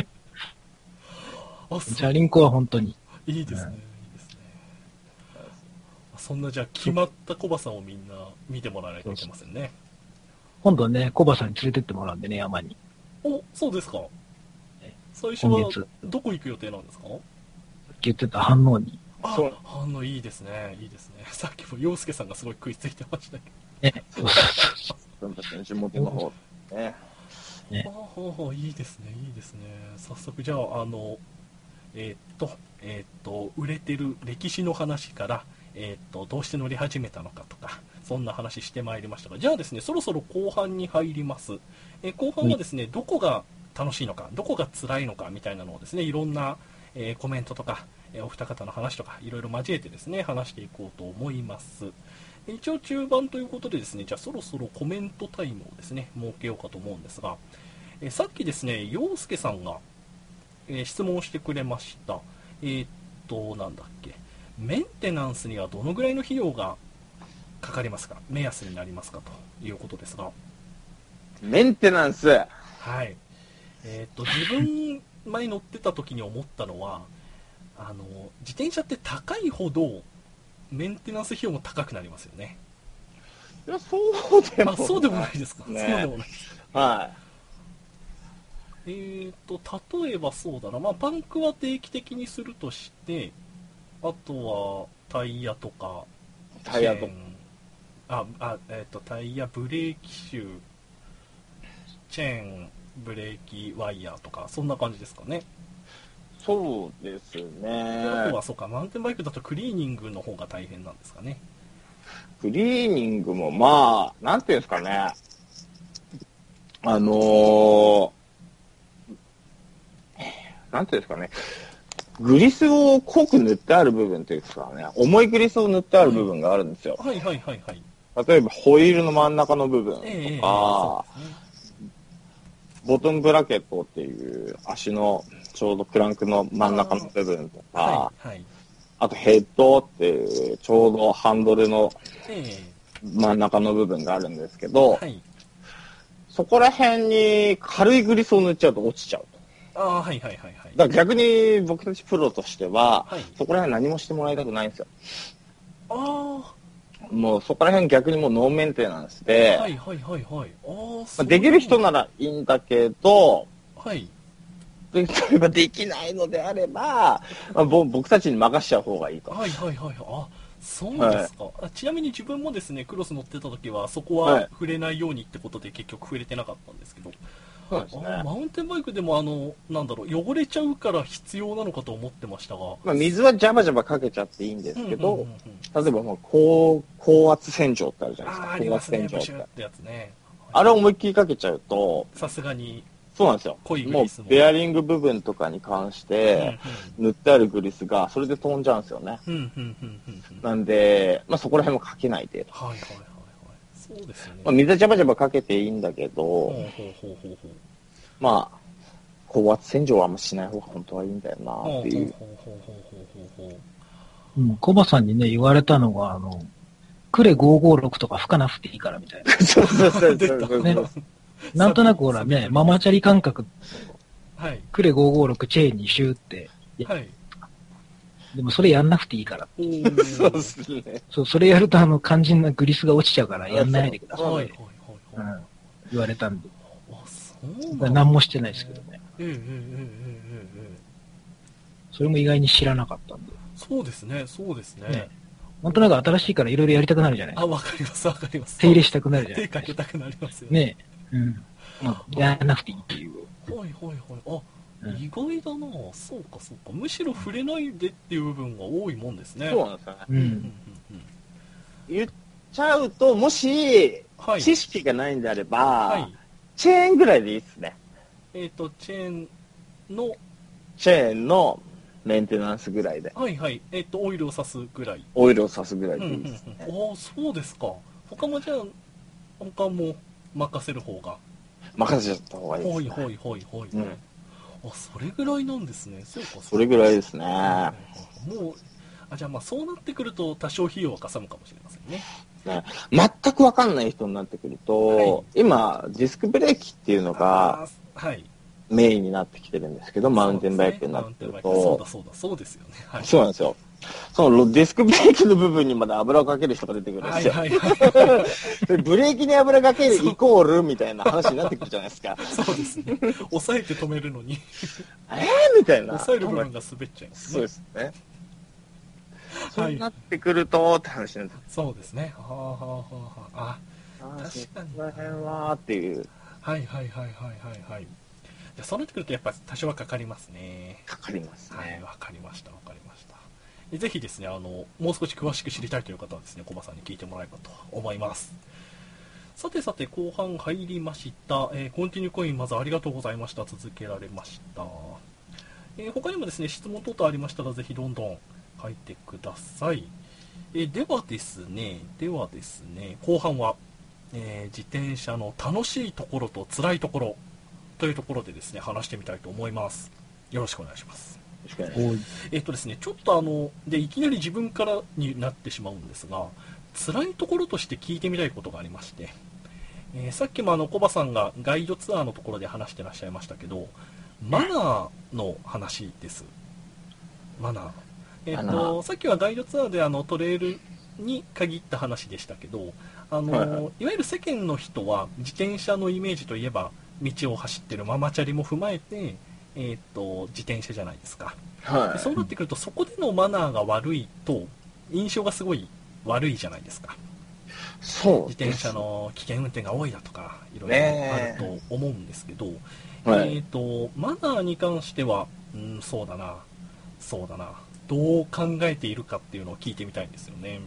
ャリンコは本当に。 いいですね、うん、いいですね。そんなじゃあ決まったコバさんをみんな見てもらわないといけませんね。 今度ね、コバさんに連れてってもらうんでね、山に。 お、そうですか。最初はどこ行く予定なんですか？さっき言ってた反応に。 あ、反応いいですね、いいですね。さっきも陽介さんがすごい食いついてましたけど。ね。 地元の方ね。 ね。ああ、いいですね、いいですね。早速じゃあ、あの、えー、っと、えー、っと、売れてる歴史の話から、えー、っと、どうして乗り始めたのかとか、そんな話してまいりましたが、じゃあですね、そろそろ後半に入ります。えー、後半はですね、どこが楽しいのか、どこが辛いのかみたいなのをですね、いろんな、えー、コメントとか、えー、お二方の話とか、いろいろ交えてですね、話していこうと思います。一応中盤ということでですね、じゃあそろそろコメントタイムをですね、設けようかと思うんですが、えー、さっきですね、陽介さんが、えー、質問をしてくれました。えー、っと、なんだっけ、メンテナンスにはどのぐらいの費用がかかりますか、目安になりますかということですが。 メンテナンス、 はい。えー、っと、自分前乗ってた時に思ったのは、あの、自転車って高いほど、メンテナンス費用も高くなりますよね。 いや、そうでもない。 あ、そうでもないですか。 ね、 そうでもないです。 はい。 えーと、例えばそうだな、まあ、パンクは定期的にするとして、あとはタイヤとか、 タイヤとか、 あ、あ、えっと、タイヤ、ブレーキシュー、チェーン、ブレーキワイヤーとか、そんな感じですかね。 そうですね。 あとはそうか、マウンテンバイクだとクリーニングの方が大変なんですかね。 クリーニングもまあ、なんていうんですかね。あのー、なんていうんですかね。グリスを濃く塗ってある部分っていうんですかね。重いグリスを塗ってある部分があるんですよ。 はいはいはいはい。 例えばホイールの真ん中の部分とか、えーボトムブラケットっていう足のちょうどクランクの真ん中の部分とか、あ,、はいはい、あとヘッドっていうちょうどハンドルの真ん中の部分があるんですけど、はい、そこら辺に軽いグリスを塗っちゃうと落ちちゃうと。 あ、はいはいはいはい。 だから逆に僕たちプロとしては、はい、そこら辺何もしてもらいたくないんですよ。 ああ。 もうそこら辺逆にもうノーメンテナンスで、 はいはいはいはい。あ、 まあ、できる人ならいいんだけど、 はい。 例えばできないのであれば、まあ、僕たちに任しちゃう方がいいと。 はいはいはい。あ、そうですか。はい、ちなみに自分もですね、クロス乗ってた時はそこは触れないようにってことで結局触れてなかったんですけど、 そうですね。 あマウンテンバイクでもあの、なんだろう、汚れちゃうから必要なのかと思ってましたが。 まあ、水はジャバジャバかけちゃっていいんですけど、 うんうんうんうん、例えばもう高、高圧洗浄ってあるじゃないですか。 ああ、ありますね。 高圧洗浄って。 ってやつね。 あれを思いっきりかけちゃうと、 さすがに。 そうなんですよ。 濃いグもうリスもベアリング部分とかに関して塗ってあるグリスがそれで飛んじゃうんですよね。 うんうんうんうんうん。 なんで、まあ、そこら辺もかけないで。 はいはいはいはい。そうですよね。 まあ、水ジャバジャバかけていいんだけど、 ほうほうほうほうほう。 まあ、高圧洗浄はあんましない方が本当はいいんだよなっていう。 ほうほうほうほうほうほう。 うん、コバさんにね、言われたのが、あの、クレごーごーろくとか吹かなくていいからみたいな。 そうそうそうそう。 ね、なんとなくほらね、ママチャリ感覚、 はい。 クレごーごーろくチェーンにシューって、 はい。 でもそれやんなくていいから。 そうですね。 そう、それやるとあの肝心なグリスが落ちちゃうからやんないでください。 はいはいはいうん、 はい。 言われたんで。 あ、そうなん何もしてないですけどね。 ええええええええ。 それも意外に知らなかったんで。 そうですね、そうですね。 ね、なんとなく新しいからいろいろやりたくなるじゃないですあ、 か。 わかります、わかります。 手入れしたくなるじゃない手かですか。 けたくなりますよね。ねえ。うん。まあ、やらなくていいっていう。 はいはいはい。あ、 うん、 意外だな。そうかそうか。むしろ触れないでっていう部分が多いもんですね。 そうなんですよね。 うん。うんうんうん言っちゃうと、もし、 はい、 知識がないんであれば、 はい、 チェーンぐらいでいいっすね。 えっ、ー、と、チェーンの、 チェーンのメンテナンスぐらいで。 はいはい。えっ、ー、と、オイルを刺すぐらい。 オイルを刺すぐらいうんうんでいいですね。 うん。ああ、そうですか。他もじゃあ、他も任せる方が。 任せちゃった方がいいですね。 ほいほいほいほい。うん、あ、それぐらいなんですね。そうか、そうか。 それぐらいですね。 もう、あ、じゃあまあそうなってくると多少費用はかさむかもしれませんね。 ね、全くわかんない人になってくると、はい、今、ディスクブレーキっていうのが、 はい、 メインになってきてるんですけど、マウンテンバイクになってくると、 そうだそうだ、そうですよね。はい、 そうなんですよ。そのディスクブレーキの部分にまで油をかける人が出てくるんですよ。はいはいはい、ブレーキに油かけるイコールみたいな話になってくるじゃないですか。 そうですね。抑えて止めるのに。 えーみたいな。 抑える部分が滑っちゃいますね。 そうですね。そうなってくるとって話なんです。 そうですね。はあはあはあはあ。あ、確かに。 その辺はっていう。 はいはいはいはいはいはい。じゃあそうなってくるとやっぱ多少はかかりますね。 かかりますね。 はい、わかりましたわかりました。ぜひですね、あの、もう少し詳しく知りたいという方はですね、コバさんに聞いてもらえばと思います。さてさて、後半入りました。えー、コンティニューコイン、まずありがとうございました。続けられました。えー、他にもですね、質問等々ありましたら、ぜひどんどん書いてください。えー、ではですね、ではですね、後半は、えー、自転車の楽しいところと辛いところというところでですね、話してみたいと思います。よろしくお願いします。えっとですね、ちょっとあの、で、いきなり自分からになってしまうんですが、辛いところとして聞いてみたいことがありまして、えー、さっきもあの、コバさんがガイドツアーのところで話してらっしゃいましたけど、マナーの話です。マナー。えっと、さっきはガイドツアーであの、トレイルに限った話でしたけど、あの、はいはい、いわゆる世間の人は自転車のイメージといえば、道を走ってるママチャリも踏まえて、えー、と自転車じゃないですか、はい、でそうなってくるとそこでのマナーが悪いと印象がすごい悪いじゃないですか。 そう自転車の危険運転が多いだとかいろいろあると思うんですけど、ねえー、とマナーに関しては、うん、そうだなそうだなどう考えているかっていうのを聞いてみたいんですよね。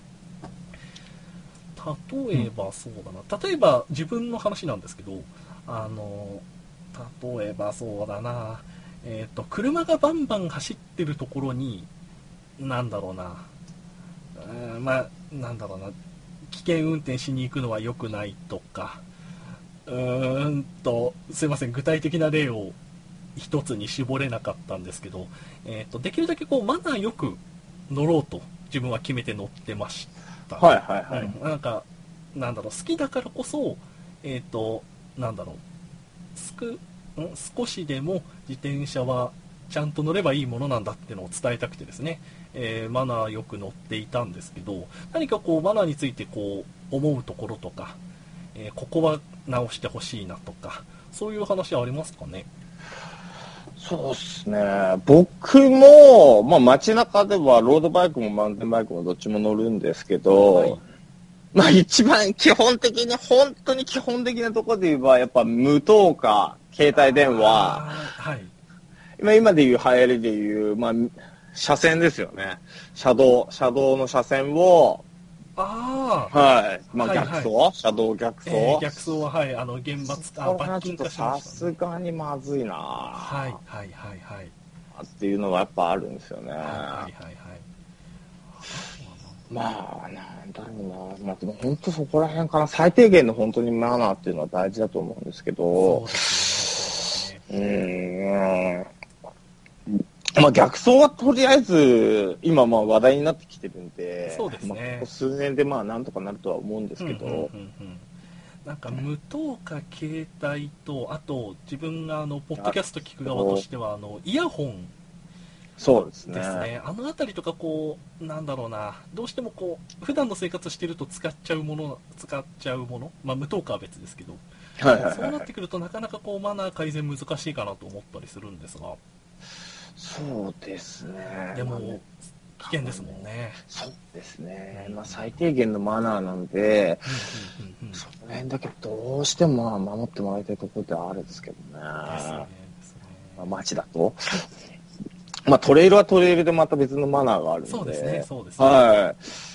例えばそうだな、例えば自分の話なんですけど、あの例えばそうだな、えっと、車がバンバン走ってるところに、なんだろうな、うん、まあ、なんだろうな、危険運転しに行くのは良くないとか、うーんと、すいません、具体的な例を一つに絞れなかったんですけど、えっと、できるだけこう、マナーよく乗ろうと自分は決めて乗ってました。 はいはいはい。 うん、なんか、なんだろう、好きだからこそ、えっと、なんだろう、すく少しでも自転車はちゃんと乗ればいいものなんだっていうのを伝えたくてですね、えー、マナーよく乗っていたんですけど、何かこうマナーについてこう思うところとか、えー、ここは直してほしいなとか、そういう話はありますかね。 そうですね、僕も、まあ、街中ではロードバイクもマウンテンバイクもどっちも乗るんですけど、はい、 まあ一番基本的に、本当に基本的なところで言えば、やっぱ無灯火、携帯電話、 はい。 今今で言う流行りで言う、まあ、車線ですよね。車道、車道の車線を、 ああ。 はい。まあはい逆走、 はい、 車道逆走、 えー、逆走は、はい、あの、厳罰、あ、罰金化しました、ね。 さすがにまずいなはい、はい、はい、はい。 っていうのはやっぱあるんですよね。はい、 はい、はい、はい。 まあ、なんだろうな。まあでも本当そこら辺かな。最低限の本当にマナーっていうのは大事だと思うんですけど。 そうですね。 うーん。まあ逆走はとりあえず今まあ話題になってきてるんで、 そうですね。 まあ、ここ数年でまあなんとかなるとは思うんですけど、うんうんうんうん、 なんか無灯火携帯と、あと自分があのポッドキャスト聞く側としてはあのイヤホンそうですね。 ですね。あのあたりとかこうなんだろうな、どうしてもこう普段の生活してると使っちゃうもの使っちゃうもの、まあ無灯火は別ですけど、はいはいはいはい、そうなってくるとなかなかこうマナー改善難しいかなと思ったりするんですが。 そうですね。 でも危険ですもんね。 そうですね。まあ最低限のマナーなんで、うんうんうんうん、その辺だけどうしてもまあ守ってもらいたいところではあるんですけどね。ですね。ですね。まあ、街だと。まあトレイルはトレイルでまた別のマナーがあるので。 そうですね。そうですね。 はい。だ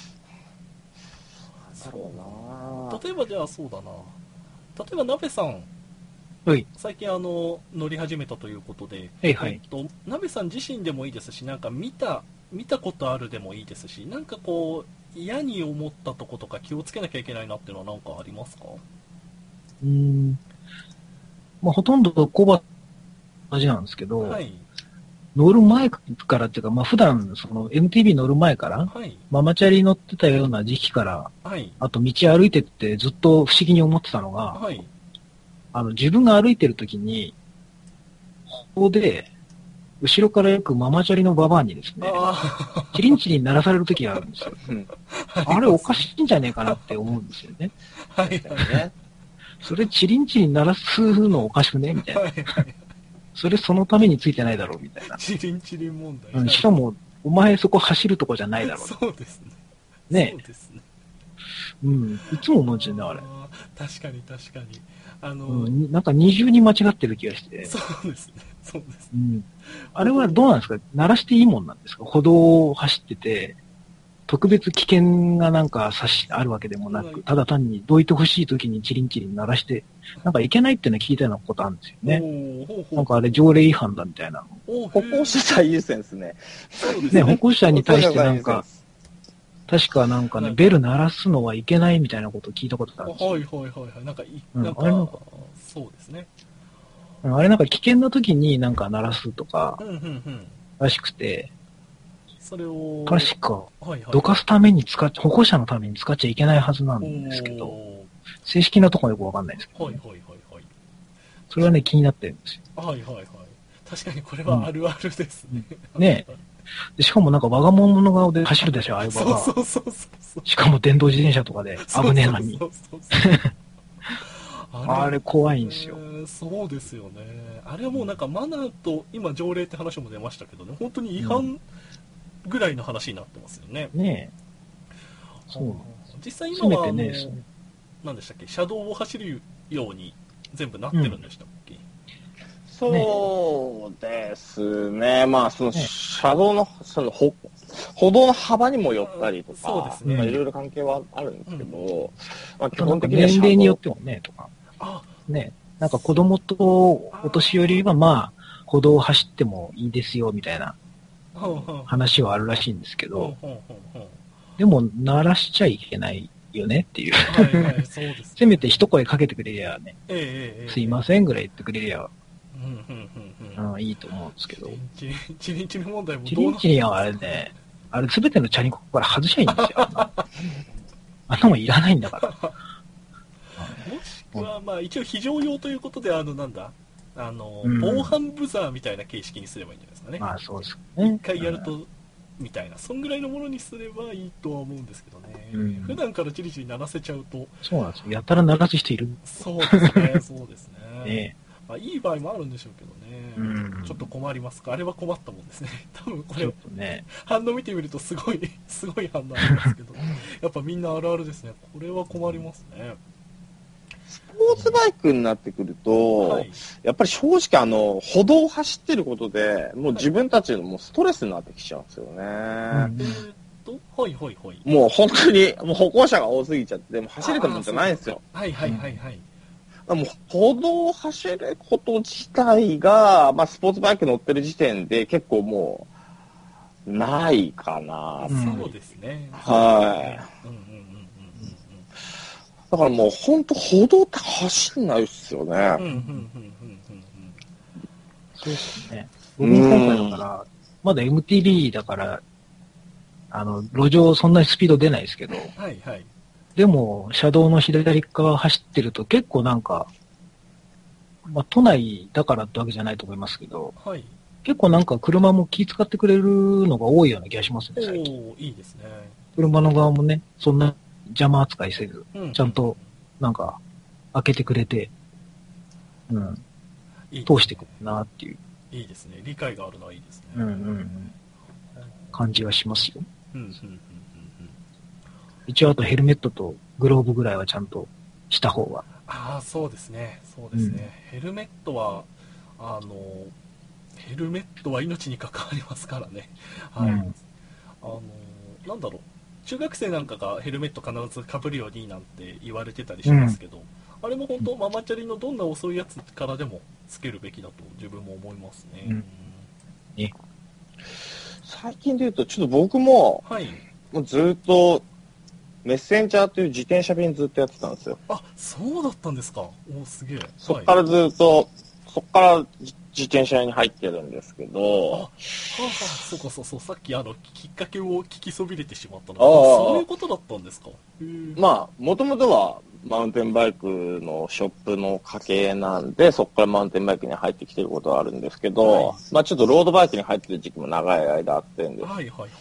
ろうな。例えばじゃあそうだな。例えば鍋さん。 はい、 最近あの乗り始めたということで、 はいはい、 えっと、鍋さん自身でもいいですし、なんか見た見たことあるでもいいですし、なんかこう嫌に思ったとことか気をつけなきゃいけないなっていうのは何かありますか？ うーん、まあほとんどコバ同じなんですけど、はい、乗る前からっていうか、まあ普段その エムティービー 乗る前から、はい、ママチャリ乗ってたような時期から、はい、あと道歩いてってずっと不思議に思ってたのが、はい、あの、自分が歩いてるときに、歩道で、後ろからよくママチャリのババアにですね、チリンチリン鳴らされるときがあるんですよ。うん、あれおかしいんじゃねえかなって思うんですよね。はいはいね。それチリンチリン鳴らすのおかしくねみたいな。はいはい、それそのためについてないだろうみたいな。 チリンチリン問題。 うん、しかも、お前そこ走るとこじゃないだろう。 そうですね。 ね。 そうですね。 うん。いつも思うんですよね、あれ。 確かに確かに。あのーうん、なんか二重に間違ってる気がして。 そうですね。そうですね。 うん。あれはどうなんですか？鳴らしていいもんなんですか？歩道を走ってて、特別危険がなんか差しあるわけでもなく、ただ単にどいてほしい時にチリンチリン鳴らして、なんかいけないっていうのは聞いたようなことあるんですよね。なんかあれ条例違反だみたいな。 歩行者最優先ですね。 ね、歩行者に対してなんか、確かなんかね、ベル鳴らすのはいけないみたいなことを聞いたことあるんですよ。 はいはいはいはい。なんか、なんか、うん、あれなんか、そうですね。 あれなんか危険な時になんか鳴らすとか、らしくて、 それを、 確か、どかすために使っ、歩行者のために使っちゃいけないはずなんですけど、正式なところはよくわかんないですけど、ね。はいはいはいはい。それはね、気になってるんですよ。 はいはいはい。確かにこれはあるあるですね。 うん、ねえ。でしかもなんか我が物の顔で走るでしょ、ああいう場が。 そうそうそうそう。 しかも電動自転車とかで危ねえのに。そうそうそうそうあ, あれ怖いんですよ。 そうですよね。あれはもうなんかマナーと今条例って話も出ましたけどね、本当に違反ぐらいの話になってますよね。 うん、ねえ。そう。 実際今はあの、ね、何でしたっけ、車道を走るように全部なってるんでしたっけ？うん、 そうですね。まあその車道のその歩歩道の幅にもよったりとか、そうですね。まあいろいろ関係はあるんですけど、うん、まあ基本的には年齢によってもねとか、ね、なんか子供とお年寄りはまあ歩道を走ってもいいですよみたいな話はあるらしいんですけど、でも鳴らしちゃいけないよねっていう。はいはい、そうです。せめて一声かけてくれりゃね、えー、すいませんぐらい言ってくれりゃ。うんうんうんうん、いいと思うんですけど。 チリンチリンチリン問題もどうチリンチリンはあれね、あれすべてのチャリンコから外しゃいいんですよ。あんなもんいらないんだから。 もしくは、まあ一応非常用ということで、あの、なんだ、あの、うん、防犯ブザーみたいな形式にすればいいんじゃないですかね。 まあそうですね。 一回やると、うん、みたいな、そんぐらいのものにすればいいとは思うんですけどね。うん、普段からチリチリ鳴らせちゃうと。 そうなんですよ。やたら鳴らす人いる。 そうですね、そうですね。 ねあ、いい場合もあるんでしょうけどね、うん、ちょっと困りますか。あれは困ったもんですね。多分これ、ね、反応見てみるとすごいすごい反応ありますけどやっぱみんなあるあるですね。これは困りますね。 スポーツバイクになってくると、はい、やっぱり正直あの歩道を走ってることでもう自分たちのもうストレスになってきちゃうんですよね、はい、 えーはいはいはい。 もう本当にもう歩行者が多すぎちゃってもう走れたもんじゃないんですよ。 はいはいはいはい。 もう歩道を走ること自体が、まあ、スポーツバイク乗ってる時点で結構もうないかな、 うん、そうですね。 はい。うんうんうんうん、だからもう本当歩道って走んないっすよね。うんうんうんうんうん、 そうですね。僕も今回だから、まだ エムティービー だから、あの、路上そんなにスピード出ないですけど、 はいはい。 でも、車道の左側走ってると結構なんか、まあ、都内だからってわけじゃないと思いますけど、 はい、 結構なんか車も気遣ってくれるのが多いような気がしますね、最近。 おー、いいですね。 車の側もね、そんな邪魔扱いせず、うん、ちゃんとなんか開けてくれて、うん、いい通してくるなっていう。 いいですね。理解があるのはいいですね。 うんうんうん。感じはしますよ。うんうんうんうん、一応あとヘルメットとグローブぐらいはちゃんとした方が。 ああ、そうですね。そうですね。うん、ヘルメットは、あの、ヘルメットは命に関わりますからね。はい。うん、あの、なんだろう。中学生なんかがヘルメット必ず被るようになんて言われてたりしますけど、うん、あれも本当ママチャリのどんな遅いやつからでもつけるべきだと自分も思いますね。うん、 え最近で言うと、ちょっと僕も、はい、もうずっと、メッセンジャーという自転車便ずっとやってたんですよ。 あ、そうだったんですか。おすげえ。 そっからずっと、はい、そっから自転車に入ってるんですけど。あ、はあ、はあ、 そうかそうそう、さっきあの、きっかけを聞きそびれてしまったので、そういうことだったんですか。 まあ、もともとは、マウンテンバイクのショップの家系なんで、そこからマウンテンバイクに入ってきてることはあるんですけど、はい、まあちょっとロードバイクに入ってる時期も長い間あってんです。 はいはいはいはい。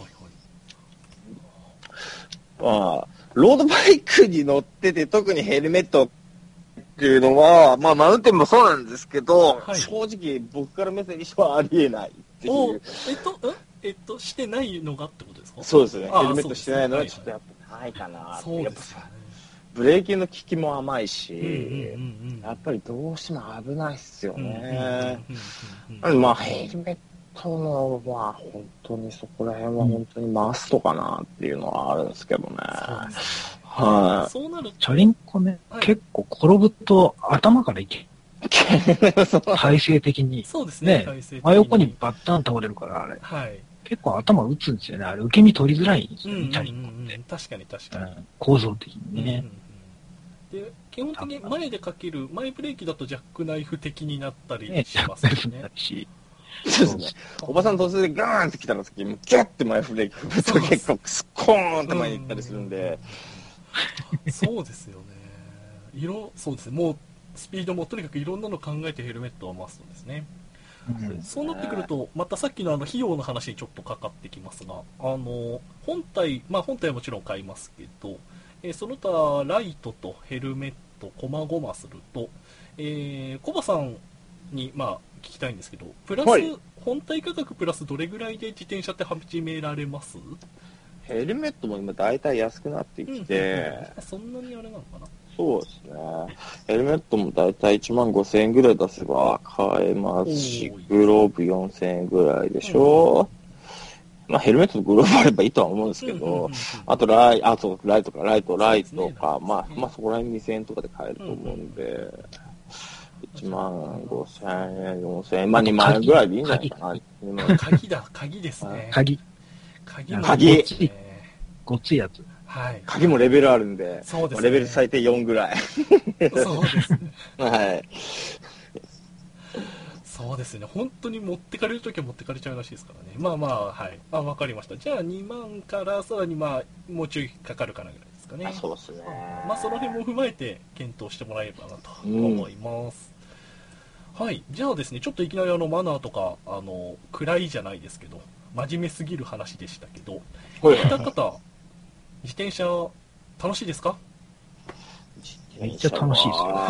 まあ、ロードバイクに乗ってて特にヘルメットっていうのは、まあマウンテンもそうなんですけど、はい、正直僕から目線にしてはありえないっていう。 えっと、えっと、してないのがってことですか？ そうですね。ヘルメットしてないのはちょっとやっぱないかなって。そうですね。ブレーキの効きも甘いし、うんうんうんうん、やっぱりどうしても危ないっすよね。まあヘルメットのは本当にそこら辺は本当にマストかなっていうのはあるんですけどね。そうですね。はい。 そうなるとチャリンコね、はい、結構転ぶと頭からいけ体勢的に。 そうですね。 ね、真横にバッタン倒れるからあれ。はい。結構頭打つんですよね。あれ受け身取りづらいんですよね、うんうんうんうん、チャリンコって。 確かに確かに。うん、 構造的にね。うんうんうん、で基本的に前でかける前ブレーキだとジャックナイフ的になったりしますよね。ねそうですね。おばさん突然ガーンって来た時にギュッて前ブレーキ踏むと結構スコーンって前に行ったりするんで。 そうですよね。色そうですね。もうスピードもとにかくいろんなの考えてヘルメットはマストですね。うん、そうなってくるとまたさっきのあの費用の話にちょっとかかってきますが、あの本体まあ本体はもちろん買いますけど、えー、その他ライトとヘルメットこまごますると、えー、コバさんにまあ聞きたいんですけど、プラス、はい、本体価格プラスどれぐらいで自転車って始められます？ ヘルメットも今だいたい安くなってきて、うんうんうん、 そんなにあれなのかな。 そうですね。ヘルメットもだいたいいちまんごせんえんぐらい出せば買えますし、グローブよんせんえんぐらいでしょ、うん、まあヘルメットとグローブあればいいとは思うんですけど、うんうんうんうん、あとライ、あとライトか、ライト、ライトか、ね、まあ、まあそこら辺にせんえんとかで買えると思うんで、うんうん、いちまんごせんえん、よんせんえん、まあにまんえんぐらいでいいんじゃないかな。 鍵だ、鍵ですね。 鍵。 鍵も鍵。 ごっついやつ。 はい。 鍵もレベルあるんで、 そうですね、 レベル最低よんぐらい。 そうですね。 はい。 そうですね。本当に持ってかれるときは持ってかれちゃうらしいですからね。まあまあ、はい。あ、わかりました。じゃあにまんからさらにまあ、もうちょいかかるかなぐらいですかね。 そうですね。 まあその辺も踏まえて検討してもらえればなと思います。うん、はい。じゃあですね、ちょっといきなりあのマナーとか、あの、暗いじゃないですけど、真面目すぎる話でしたけど、こういった方、自転車楽しいですか？ めっちゃ楽しいですよ。 もう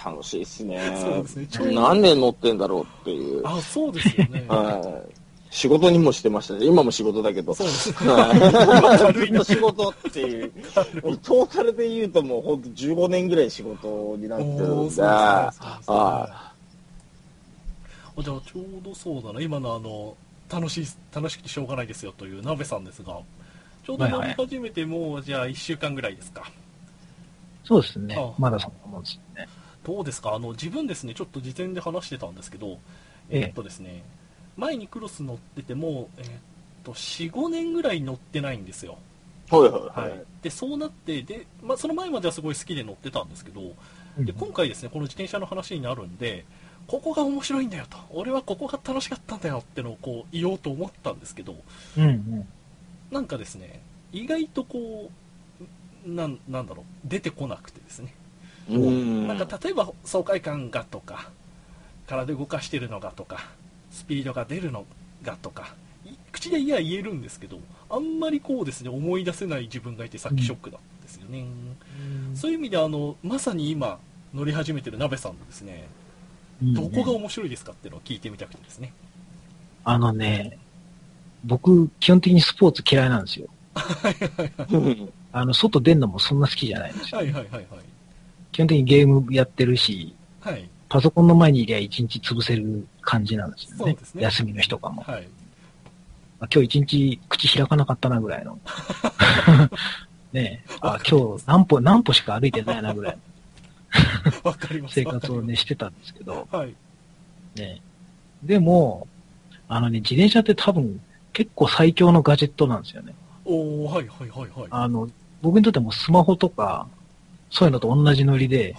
楽しいですね。 そうですね。 何年乗ってんだろうっていう。 あ、そうですよね。 はい。仕事にもしてましたね。今も仕事だけど。 そうですね。 ずっと仕事っていう。トータルで言うともうほんとじゅうごねんぐらい仕事になってるんで。ああ。じゃあちょうどそうだな。今のあの、楽しい、楽しくてしょうがないですよという鍋さんですが、ちょうど飲み始めてもうじゃあいっしゅうかんぐらいですか。 そうですね。ああまだそんなもんですね。 どうですかあの、自分ですね、ちょっと事前で話してたんですけど、えー、っとですね、前にクロス乗ってても、えー、っと、よん、ごねんぐらい乗ってないんですよ。 はいはいはい。はい、 で、そうなって、で、まあ、その前まではすごい好きで乗ってたんですけど、で、今回ですね、この自転車の話になるんで、ここが面白いんだよと、俺はここが楽しかったんだよってのをこう言おうと思ったんですけど、 うんうん、 なんかですね、意外とこう、なん、なんだろう、出てこなくてですね。 うんなんか例えば爽快感がとか、体動かしてるのがとか、スピードが出るのがとか、口で言えば言えるんですけど、あんまりこうですね、思い出せない自分がいてさっきショックだったんですよね。うん、そういう意味であの、まさに今乗り始めてる鍋さんのですね、どこが面白いですかっていうのを聞いてみたくてですね。 あのね、僕、基本的にスポーツ嫌いなんですよ。 はいはいはい。 あの、外出んのもそんな好きじゃないんですよ、ね。 はいはいはいはい。 基本的にゲームやってるし、 はい、 パソコンの前にいりゃ一日潰せる感じなんですよね。 そうですね。 休みの日とかも。 はい。 まあ、今日一日口開かなかったなぐらいの。ねえ、あ、今日何歩、何歩しか歩いてないなぐらいわかります。 生活をね、してたんですけど。 はい。 ね、でも、あのね、自転車って多分結構最強のガジェットなんですよね。 おー、はいはいはいはい。 あの、僕にとってもスマホとか、そういうのと同じノリで、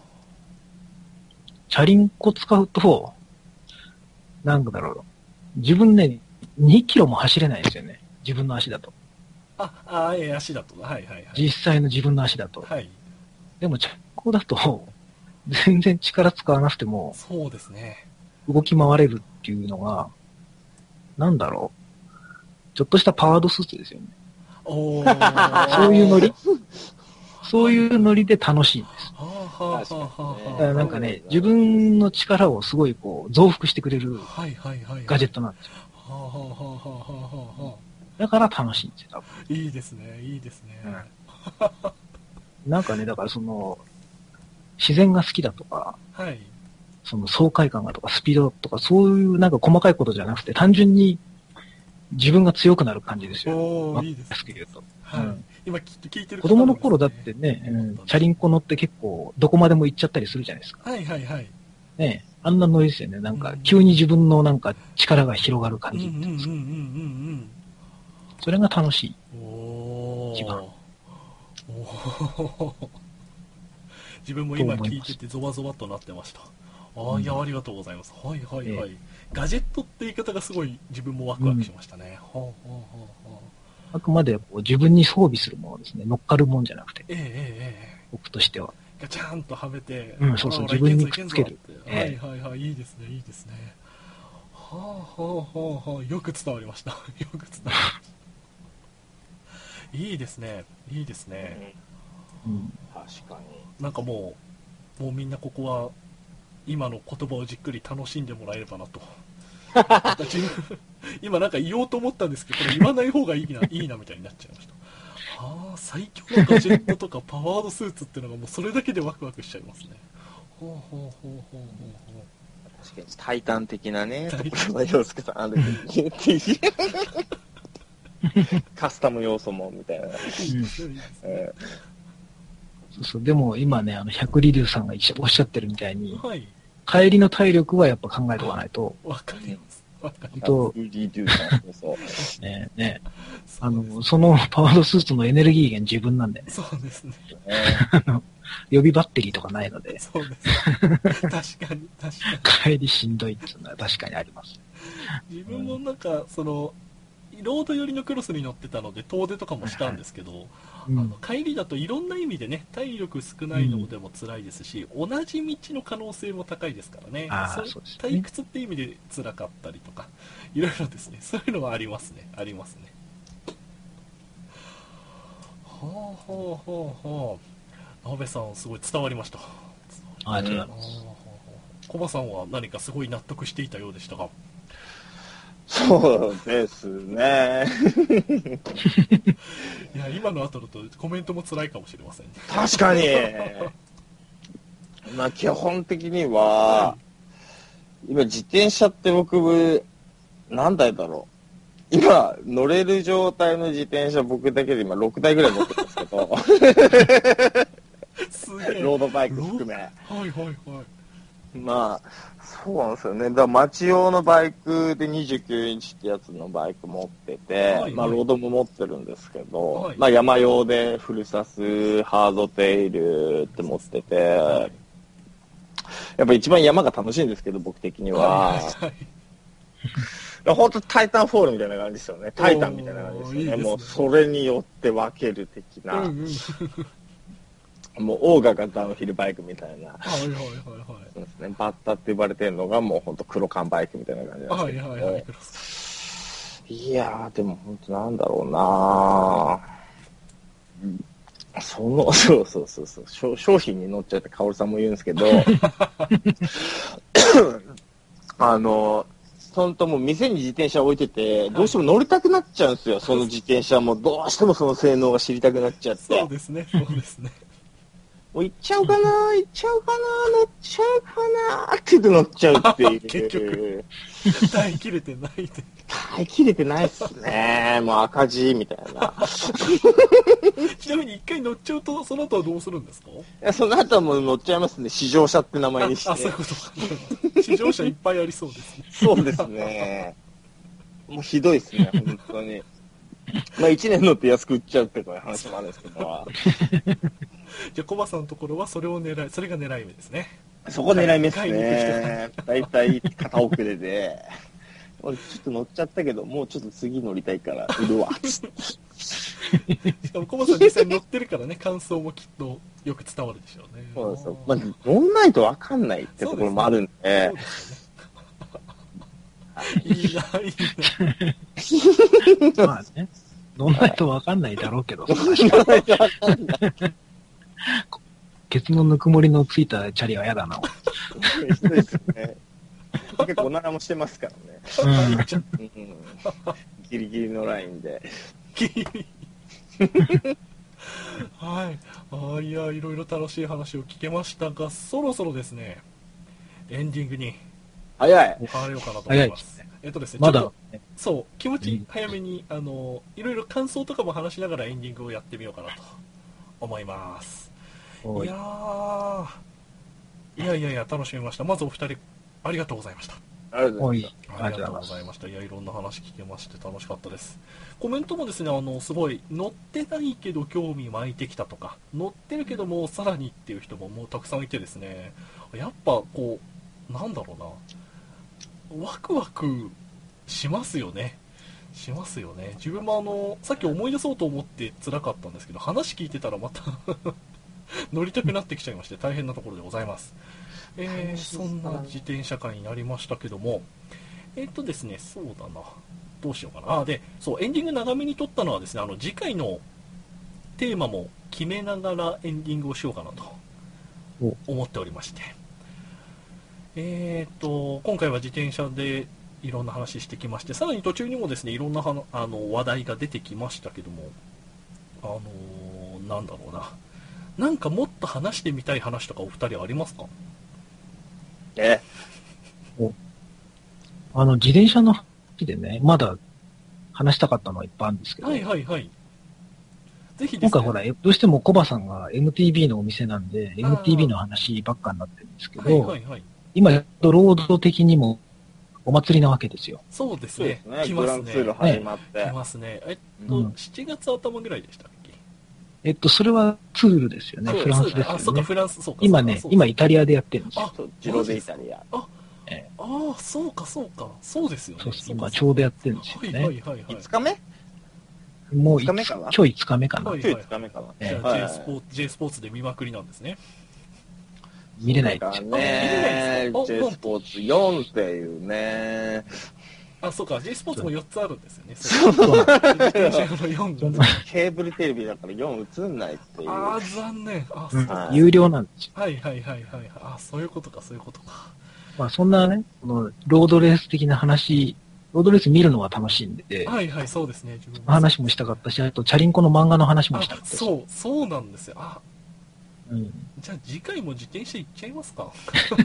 チャリンコ使うと、なんだろう、自分ね、にキロも走れないんですよね。自分の足だと。 あ、あ、ええ、足だと。はいはいはい。 実際の自分の足だと。 はい。 でも、チャリンコだと、全然力使わなくても、 そうですね。 動き回れるっていうのが、なんだろう。ちょっとしたパワードスーツですよね。 おー。 そういうノリそういうノリで楽しいんです。 はあはあはあはあ。 だからなんかね、自分の力をすごいこう増幅してくれるガジェットなんですよ。 はあはあはあはあはあ。 だから楽しいんですよ、多分。いいですね、いいですね。 うん、なんかね、だからその、自然が好きだとか、 はい、 その爽快感がとかスピードとかそういうなんか細かいことじゃなくて、単純に自分が強くなる感じですよ。 おー、いいです、ね。 安く言うと。 はい。うん、今きっと聞いてる、ね、 子供の頃だってね、うん、チャリンコ乗って結構どこまでも行っちゃったりするじゃないですか。 はいはいはい。 ねあんなノリですよね。なんか急に自分のなんか力が広がる感じっていうんですか。それが楽しい。 おー。 一番。 おー。自分も今聞いててゾワゾワとなってました。ああ、いや、ありがとうございます。はいはいはい。ええ、ガジェットって言い方がすごい自分もワクワクしましたね。うん、はあはあはあ、あくまでこう自分に装備するものですね。乗っかるもんじゃなくて。 えええええ。 僕としては。 ガチャンとはめて、 うん、そうそう、自分にくっつける。 はいはいはい、いいですね、いいですね。はあはあはあはあ、よく伝わりました。よく伝わりました。いいですね、いいですね。 うん、確かに。 なんかもう、もうみんなここは、今の言葉をじっくり楽しんでもらえればなと。今なんか言おうと思ったんですけど、これ言わない方がいいな、いいなみたいになっちゃいました。はあ、最強のガジェットとかパワードスーツっていうのがもうそれだけでワクワクしちゃいますね。ほうほうほうほうほうほう。 確かにタイタン的なね、洋介さんある言っていいカスタム要素もみたいな。 そうそう、でも今ね、あの、百里龍さんがおっしゃってるみたいに、 はい、 帰りの体力はやっぱ考えておかないと。 わかります。わかります。 と、 そうねね、あの、そのパワードスーツのエネルギー源自分なんでね。 そうですね。 あの、予備バッテリーとかないので。 そうです。確かに、確かに。帰りしんどいっていうのは確かにあります。 自分もなんか、その、ロード寄りのクロスに乗ってたので遠出とかもしたんですけど、はいはい、うん、あの帰りだといろんな意味でね体力少ないのでも辛いですし、うん、同じ道の可能性も高いですからね。 そうですね、 退屈って意味で辛かったりとかいろいろですね、そういうのはありますねありますね。はあはあはあはあ、安部さんすごい伝わりました。 あありがとうございます。 コバさんは何かすごい納得していたようでしたが。 そうですね。 いや、今の後だとコメントも辛いかもしれませんね。 確かに。まあ基本的には、はい、今自転車って僕、何台だろう。今、乗れる状態の自転車僕だけで今ろくだいぐらい持ってるんですけど。 すげえ。 ロードバイク含め。はいはいはい。 まあ、そうなんですよね。だから街用のバイクでにじゅうきゅうインチってやつのバイク持ってて、はいはい、まあロードも持ってるんですけど、はい、まあ山用でフルサス、ハードテイルって持ってて、はい、やっぱ一番山が楽しいんですけど、僕的には。はいはいはい、本当タイタンフォールみたいな感じですよね。タイタンみたいな感じですよね。いいですね。もうそれによって分ける的な。うんうん、もうオーガがダウンヒルバイクみたいな。はいはいはいはい。そうですね。バッタって呼ばれてるのがもう本当黒缶バイクみたいな感じなんですけど。はいはいはい。いやー、でも本当なんだろうなー。その、そうそうそうそう。商品に乗っちゃってカオルさんも言うんですけど、あの、本当もう店に自転車置いてて、どうしても乗りたくなっちゃうんですよ。その自転車もどうしてもその性能が知りたくなっちゃって。 そうですね、そうですね。 もう行っちゃうかな行っちゃうかな乗っちゃうかなって言って乗っちゃうっていう。 結局、耐えきれてないで。 耐えきれてないっすね。もう赤字みたいな。 ちなみに一回乗っちゃうと、その後はどうするんですか？いや、その後はもう乗っちゃいますね。試乗車って名前にして。 あ、あそういうことか。試乗車いっぱいありそうですね。 そうですね。もうひどいっすね、本当に。まあいちねん乗って安く売っちゃうっていう話もあるんですけど。 じゃあコバさんのところはそれを狙い、それが狙い目ですね。 そこ狙い目ですね。だいたい片遅れで、俺ちょっと乗っちゃったけど、もうちょっと次乗りたいから売るわ。しかもコバさん実際乗ってるからね、感想もきっとよく伝わるでしょうね。 そうですよ。まあ乗んないと分かんないってところもあるんで。そうですね。いいな、いいな。まあね。乗んないと分かんないだろうけど。ケツのぬくもりのついたチャリは嫌だな。 そうですね。結構おならもしてますからね。うん、ギリギリのラインで。ギリギリ。 はい。あいや、いろいろ楽しい話を聞けましたが、そろそろですね、エンディングに早い変われようかなと思います。えっとですね、 まだ、 そう、気持ち早めに、あの、いろいろ感想とかも話しながらエンディングをやってみようかなと思います。いやー、いやいやいや、楽しみました。まずお二人、ありがとうございました。 ありがとうございました。ありがとうございました。いや、いろんな話聞けまして楽しかったです。コメントもですね、あの、すごい、乗ってないけど興味湧いてきたとか、乗ってるけどもうさらにっていう人ももうたくさんいてですね、やっぱこう、なんだろうな、ワクワクしますよね。しますよね。自分もあの、さっき思い出そうと思って辛かったんですけど、話聞いてたらまた乗りたくなってきちゃいまして大変なところでございます。えー、そんな自転車会になりましたけども、えっとですね、そうだな、どうしようかな。あ、で、そう、エンディング長めに撮ったのはですね、あの、次回のテーマも決めながらエンディングをしようかなと思っておりまして。えっと、今回は自転車でいろんな話してきまして、さらに途中にもですね、いろんなはあの話題が出てきましたけども、あのー、なんだろうな。なんかもっと話してみたい話とかお二人ありますか？ えおあの、自転車の話でね、まだ話したかったのはいっぱいあるんですけど。 はいはいはい。ぜひですね。 今回ほら、どうしてもコバさんが エムティービー のお店なんで、エムティービー の話ばっかになってるんですけど、はいはいはい、今やっと労働的にもお祭りなわけですよ。 そうですね。 そうですね。 来ますね。 グランツール始まって。 来ますね。えっと、うん、しちがつ頭ぐらいでしたっけ？ えっと、それはツールですよね。フランスですよね。 あ、そうか、フランス、そうか。 今ね、今イタリアでやってるんですよ。 あ、ジロでイタリア。 あ、ええ、ああ、そうか、そうか。そうですよね。 そうそう、今ちょうどやってるんですよね。 はいはいはいはい。 いつかめもういつかめかな。今日いつかめかな。 今日いつかめかな。 じゃあ J スポーツ、J スポーツで見まくりなんですね。 見れないですね。J スポーツよんっていうね。 あ、そうか、J スポーツもよっつあるんですよね。 そうそう自転車のよんが。 ケーブルテレビだからよん映んないっていう。 ああ、残念。あ、そう、 はい、有料なんですよ。 はいはいはいはい。あ、そういうことか、そういうことか。 まあそんなね、このロードレース的な話、ロードレース見るのは楽しいんで、 はいはい、そうですね。自分も話もしたかったし、あとチャリンコの漫画の話もしたかったし。 そう、そうなんですよ。あ、 うん、 じゃあ次回も自転車行っちゃいますか。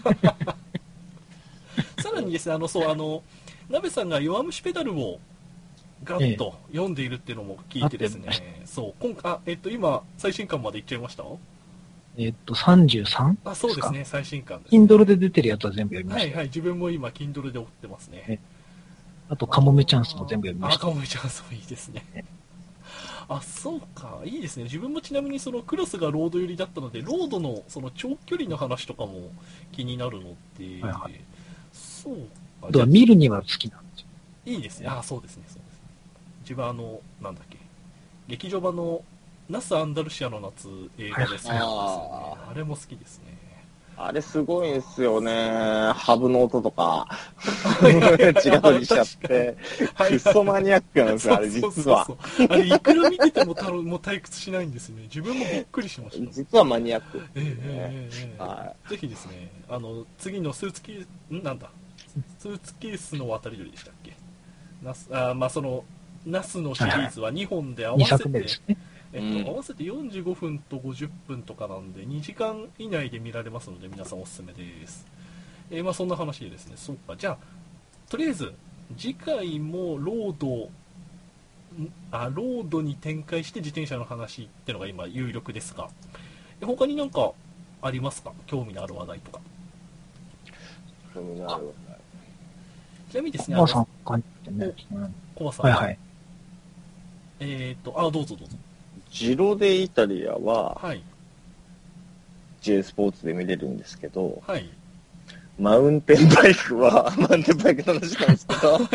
さらにですね、あの、そう、あの、鍋さんが弱虫ペダルをガッと読んでいるっていうのも聞いてですね、ええ、そう、今あ、えっと、今、最新刊まで行っちゃいました？ えっと、さんじゅうさん？ あ、そうですね、最新刊です、ね。 Kindle で出てるやつは全部読みました。 はいはい、自分も今、Kindle で追ってますね。 えあと、カモメチャンスも全部読みました。 あ、カモメチャンスもいいですね。あ、そうか、いいですね。自分もちなみにそのクロスがロード寄りだったので、ロードのその長距離の話とかも気になるので、はいはい、そうか。 あとは見るには好きなんですよ。 いいですね。あ、そうですね、そうですね。自分あの、なんだっけ、劇場版のナス・アンダルシアの夏映画ですね、はい、あ, あれも好きですね。 あれすごいんですよね。ハブの音とか、違うにしちゃって、クソマニアックなんですよ、あれ実は。 そうそうそうあれいくら見ててもたもう退屈しないんですね。自分もびっくりしました。 実はマニアック、ね。 ええええええはい、ぜひですね、あの、次のスーツケース、んなんだ、スーツケースの渡り鳥でしたっけ？ナス、あ、まあ、その、ナスのシリーズはにほんで合わせて、ね、えっと、合わせてよんじゅうごふんとごじゅっぷんとかなんでにじかん以内で見られますので皆さんおすすめです。えー、まあそんな話でですね、そうか、じゃあとりあえず次回もロードあロードに展開して自転車の話ってのが今有力ですが、他になんかありますか？興味のある話題とか。 興味のある話題。 ちなみにですね、 コバさん感じてね。 コバさん。はいはい。えっと、あ、どうぞどうぞ。 ジロデイタリアは、 はい、 J スポーツで見れるんですけど、 はい、 マウンテンバイクは、マウンテンバイクの話なんですけど、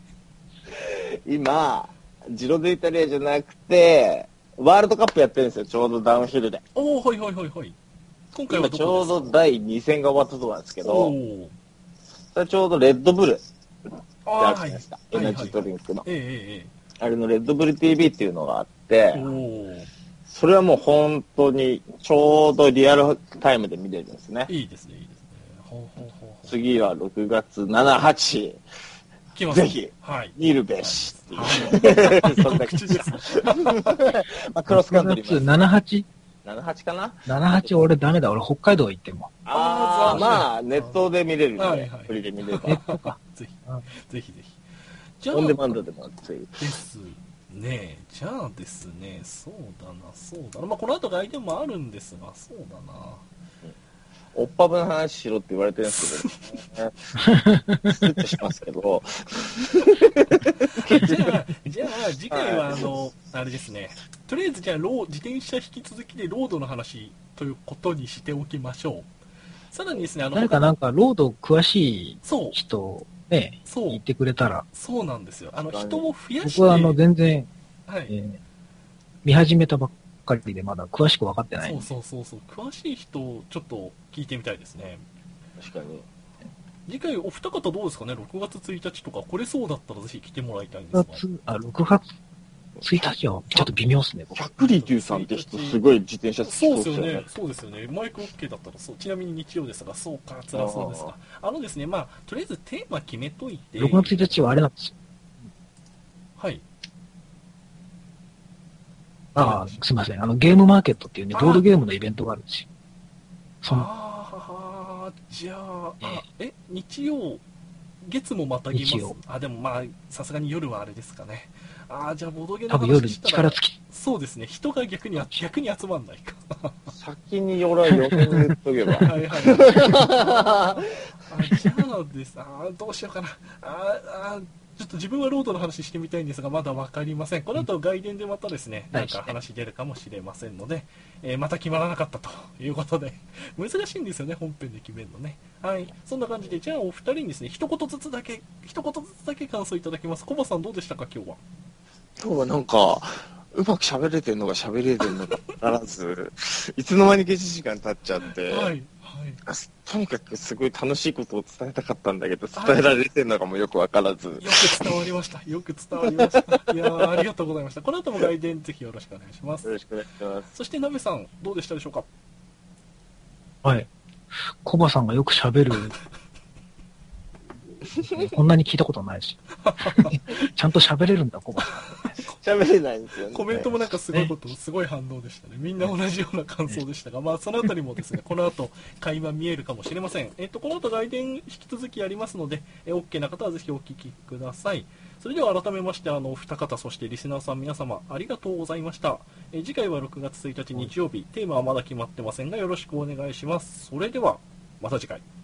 今、ジロデイタリアじゃなくて、ワールドカップやってるんですよ、ちょうどダウンヒルで。 おー、はいはいはいはい。今回はどこですか？ 今ちょうどだいに戦が終わったところなんですけど、それちょうどレッドブルってあるじゃないですか、エナジードリンクの。 ええええ、 あれのレッドブル ティーブイ っていうのがあって、それはもう本当にちょうどリアルタイムで見れるんですね。 いいですね、いいですね。ほうほうほう、次はろくがつなな、はち、ぜひ、はい、見るべしっていう。はい、そんな口です。まあ、クロスカントリーも。 なな、はちなな、はちかな ? なな、はち 俺ダメだ。俺北海道行っても。 ああ、まあ、ネットで見れるんで、はいはい、フリで見れる。 ネットか。 ぜひ、ぜひぜひ。 じゃあ、オンデマンドでもぜひ。 ですね。じゃあですね、そうだな、そうだな。まあ、この後外伝もあるんですが、そうだな。 おっぱぶの話しろって言われてるんですけど、ね、スッとしますけど。 じゃあ、じゃあ、次回は、あの、あれですね。とりあえず、じゃあ、ロー、自転車引き続きでロードの話ということにしておきましょう。さらにですね、あの、 誰かなんか、ロード詳しい人、ね、 そう。 言ってくれたら。 そうなんですよ。あの、人を増やして。 僕は、あの、全然、 はい、 えー、見始めたばっかりで、まだ詳しく分かってない。 そうそうそうそう。詳しい人をちょっと聞いてみたいですね。 確かに。 次回お二方どうですかね、ろくがつついたちとか、これそうだったらぜひ来てもらいたいんですが。ろくがつ、 あ、ろくがつついたちはちょっと微妙ですね、 僕。ひゃくリテューさんって人すごい自転車好きそうですよね。そうですよね。マイク OK だったらそう。ちなみに日曜ですが、そうか、辛そうですが。あのですね、まあ、とりあえずテーマ決めといて。 ろくがつついたちはあれなんですよ。 はい。 ああ、すみません。あの、ゲームマーケットっていうね、ボードゲームのイベントがあるんですよ。 そのああ、じゃあ、あえ、日曜、月もまたぎます。あ、でもまあ、さすがに夜はあれですかね。ああ、じゃあ、ボードゲームの話したら。 多分夜力尽き。 そうですね。人が逆に、逆に集まんないか。 先によらよねん言っとけば。 はいはい。あ、じゃあです。ああ、どうしようかな。ああ、ちょっと自分はロードの話してみたいんですが、まだ分かりません。この後外伝でまたですね、なんか話出るかもしれませんので、えー、また決まらなかったということで、難しいんですよね、本編で決めるのね。はい。そんな感じで、じゃあお二人にですね、一言ずつだけ、一言ずつだけ感想いただきます。コバさんどうでしたか、今日は。 今日はなんか、 うまく喋れてんのか喋れてんのか分からず、いつの間にかいちじかん経っちゃって、はいはい、とにかくすごい楽しいことを伝えたかったんだけど、伝えられてんのかもよく分からず。よく伝わりました。よく伝わりました。いやー、ありがとうございました。この後も外伝ぜひよろしくお願いします。 よろしくお願いします。 そして、なべさん、どうでしたでしょうか？ はい。コバさんがよく喋る。こんなに聞いたことないし。ちゃんと喋れるんだ、コバさん。 喋れないんですよね。 コメントもなんかすごいこと、すごい反応でしたね。みんな同じような感想でしたが、まあそのあたりもですね、この後会話見えるかもしれません。えっと、この後外伝引き続きやりますので、え OK な方はぜひお聞きください。それでは改めまして、あの、二方、そしてリスナーさん皆様、ありがとうございました。え次回はろくがつついたち日曜日、テーマはまだ決まってませんが、よろしくお願いします。それでは、また次回。